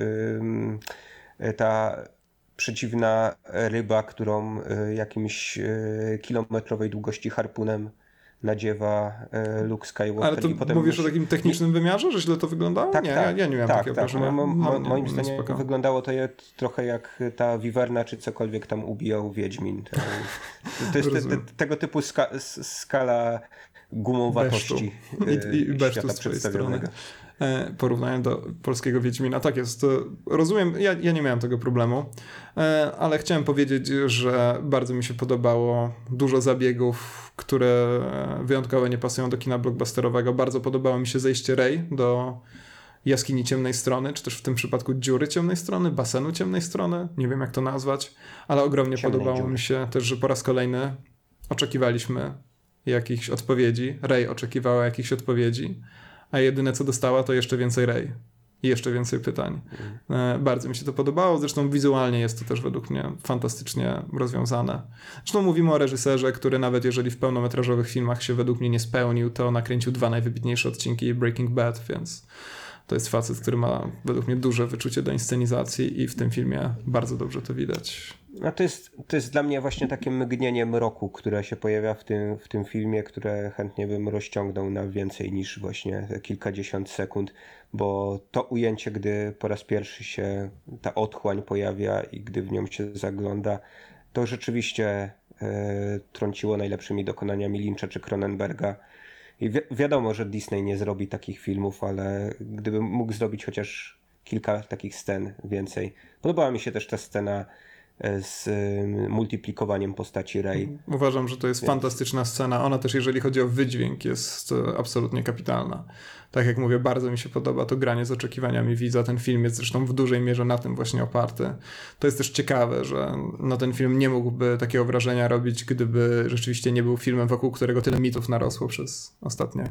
Speaker 2: y, y, ta przeciwna ryba, którą y, jakimś y, kilometrowej długości harpunem nadziewa y, Luke Skywalker.
Speaker 1: Ale to
Speaker 2: i potem
Speaker 1: mówisz
Speaker 2: musi-
Speaker 1: o takim technicznym wymiarze, że źle to wyglądało?
Speaker 2: Tak,
Speaker 1: nie,
Speaker 2: tak,
Speaker 1: ja, ja nie miałem
Speaker 2: tak,
Speaker 1: takiego
Speaker 2: tak.
Speaker 1: wrażenia.
Speaker 2: Mo, mo,
Speaker 1: No, nie,
Speaker 2: moim
Speaker 1: nie,
Speaker 2: zdaniem
Speaker 1: spoko.
Speaker 2: wyglądało to je trochę jak ta wiwerna, czy cokolwiek tam ubijał Wiedźmin. To, to jest te, te,
Speaker 1: Rozumiem.
Speaker 2: tego typu ska, s- skala gumowatości
Speaker 1: Besztu. I, i
Speaker 2: y,
Speaker 1: besztu
Speaker 2: świata
Speaker 1: z twojej
Speaker 2: przedstawionego.
Speaker 1: strony. E, Porównałem do polskiego Wiedźmina. Tak jest. to Rozumiem, ja, ja nie miałem tego problemu, e, ale chciałem powiedzieć, że bardzo mi się podobało dużo zabiegów, które wyjątkowo nie pasują do kina blockbusterowego. Bardzo podobało mi się zejście Rey do jaskini ciemnej strony, czy też w tym przypadku dziury ciemnej strony, basenu ciemnej strony, nie wiem jak to nazwać, ale ogromnie
Speaker 2: Ciemnej
Speaker 1: podobało
Speaker 2: dziury.
Speaker 1: mi się też, że po raz kolejny oczekiwaliśmy jakichś odpowiedzi, Rey oczekiwała jakichś odpowiedzi, a jedyne co dostała to jeszcze więcej Rey i jeszcze więcej pytań. E, Bardzo mi się to podobało, zresztą wizualnie jest to też według mnie fantastycznie rozwiązane. Zresztą mówimy o reżyserze, który nawet jeżeli w pełnometrażowych filmach się według mnie nie spełnił, to nakręcił dwa najwybitniejsze odcinki Breaking Bad, więc to jest facet, który ma według mnie duże wyczucie do inscenizacji i w tym filmie bardzo dobrze to widać.
Speaker 2: No to jest, to jest dla mnie właśnie takie mgnienie mroku, które się pojawia w tym, w tym filmie, które chętnie bym rozciągnął na więcej niż właśnie te kilkadziesiąt sekund, bo to ujęcie, gdy po raz pierwszy się ta otchłań pojawia i gdy w nią się zagląda, to rzeczywiście e, trąciło najlepszymi dokonaniami Lyncha czy Cronenberga. I wi- wiadomo, że Disney nie zrobi takich filmów, ale gdybym mógł zrobić chociaż kilka takich scen więcej. Podobała mi się też ta scena z y, multiplikowaniem postaci Rey.
Speaker 1: Uważam, że to jest fantastyczna scena. Ona też, jeżeli chodzi o wydźwięk, jest e, absolutnie kapitalna. Tak jak mówię, bardzo mi się podoba to granie z oczekiwaniami widza. Ten film jest zresztą w dużej mierze na tym właśnie oparty. To jest też ciekawe, że no, ten film nie mógłby takiego wrażenia robić, gdyby rzeczywiście nie był filmem, wokół którego tyle mitów narosło przez ostatnie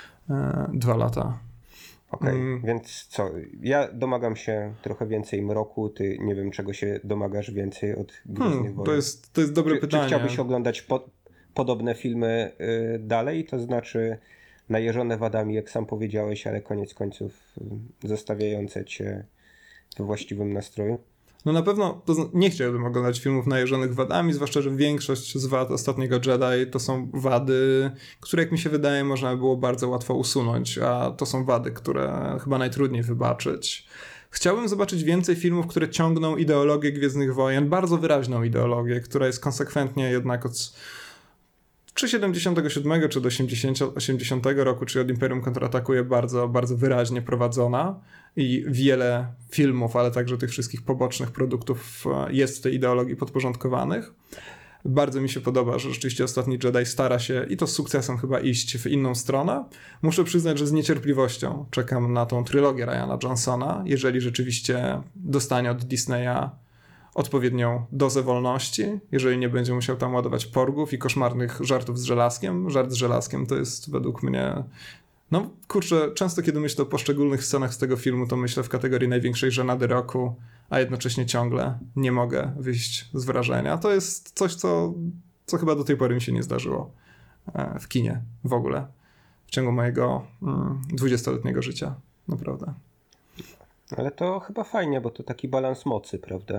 Speaker 1: e, dwa lata.
Speaker 2: Okej, okay,
Speaker 1: Mm.
Speaker 2: więc co? Ja domagam się trochę więcej mroku, ty nie wiem czego się domagasz więcej od Gwiezdnych
Speaker 1: Hmm,
Speaker 2: Wojen.
Speaker 1: to, jest, to jest dobre
Speaker 2: czy,
Speaker 1: pytanie.
Speaker 2: Czy chciałbyś oglądać po, podobne filmy y, dalej? To znaczy najeżone wadami, jak sam powiedziałeś, ale koniec końców y, zostawiające cię we właściwym nastroju?
Speaker 1: No na pewno to zna- nie chciałbym oglądać filmów najeżonych wadami, zwłaszcza, że większość z wad ostatniego Jedi to są wady, które jak mi się wydaje można by było bardzo łatwo usunąć, a to są wady, które chyba najtrudniej wybaczyć. Chciałbym zobaczyć więcej filmów, które ciągną ideologię Gwiezdnych Wojen, bardzo wyraźną ideologię, która jest konsekwentnie jednak od czy siedemdziesiątego siódmego, czy do osiemdziesiątego roku, czy od Imperium kontratakuje bardzo, bardzo wyraźnie prowadzona i wiele filmów, ale także tych wszystkich pobocznych produktów jest tej ideologii podporządkowanych. Bardzo mi się podoba, że rzeczywiście Ostatni Jedi stara się i to z sukcesem chyba iść w inną stronę. Muszę przyznać, że z niecierpliwością czekam na tą trylogię Ryana Johnsona, jeżeli rzeczywiście dostanie od Disneya odpowiednią dozę wolności, jeżeli nie będzie musiał tam ładować porgów i koszmarnych żartów z żelazkiem. Żart z żelazkiem to jest według mnie... No kurczę, często kiedy myślę o poszczególnych scenach z tego filmu, to myślę w kategorii największej żenady roku, a jednocześnie ciągle nie mogę wyjść z wrażenia. To jest coś, co, co chyba do tej pory mi się nie zdarzyło w kinie w ogóle, w ciągu mojego dwudziestoletniego życia. Naprawdę.
Speaker 2: Ale to chyba fajnie, bo to taki balans mocy, prawda?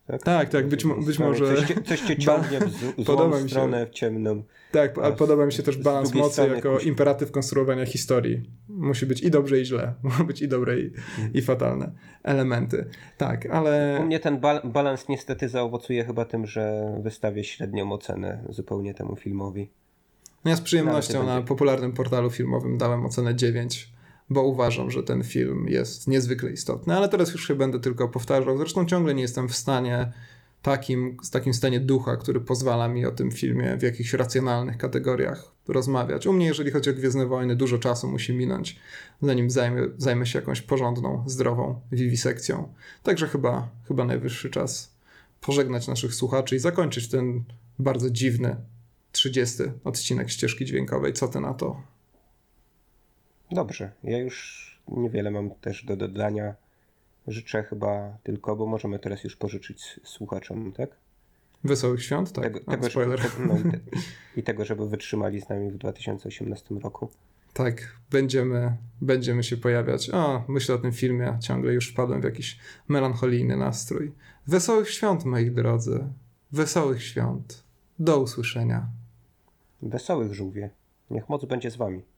Speaker 2: tak?
Speaker 1: Tak, tak, być, mo- być może...
Speaker 2: Coś cię, coś cię ciągnie w z- złą stronę, w ciemną.
Speaker 1: Tak, ale podoba mi się też
Speaker 2: z
Speaker 1: balans
Speaker 2: drugiej
Speaker 1: mocy
Speaker 2: strony
Speaker 1: jako
Speaker 2: kusi.
Speaker 1: imperatyw konstruowania historii. Musi być i dobrze, i źle. Muszą być i dobre, i, i fatalne elementy. Tak, ale...
Speaker 2: U mnie ten ba- balans niestety zaowocuje chyba tym, że wystawię średnią ocenę zupełnie temu filmowi.
Speaker 1: Ja z przyjemnością
Speaker 2: Nawet
Speaker 1: na
Speaker 2: będzie-
Speaker 1: popularnym portalu filmowym dałem ocenę dziewięć, bo uważam, że ten film jest niezwykle istotny, ale teraz już się będę tylko powtarzał. Zresztą ciągle nie jestem w stanie takim, z takim stanie ducha, który pozwala mi o tym filmie w jakichś racjonalnych kategoriach rozmawiać. U mnie, jeżeli chodzi o Gwiezdne Wojny, dużo czasu musi minąć, zanim zajmę, zajmę się jakąś porządną, zdrową wiwisekcją. Także chyba, chyba najwyższy czas pożegnać naszych słuchaczy i zakończyć ten bardzo dziwny trzydziesty odcinek ścieżki dźwiękowej. Co ty na to?
Speaker 2: Dobrze, ja już niewiele mam też do dodania. Życzę chyba tylko, bo możemy teraz już pożyczyć słuchaczom, tak?
Speaker 1: Wesołych świąt? Tak,
Speaker 2: Tego,
Speaker 1: A,
Speaker 2: tego,
Speaker 1: spoiler.
Speaker 2: Żeby, no i, te, I tego, żeby wytrzymali z nami w dwa tysiące osiemnastym roku.
Speaker 1: Tak, będziemy, będziemy się pojawiać. O, myślę o tym filmie, ciągle już wpadłem w jakiś melancholijny nastrój. Wesołych świąt, moi drodzy. Wesołych świąt. Do usłyszenia.
Speaker 2: Wesołych żółwie. Niech moc będzie z wami.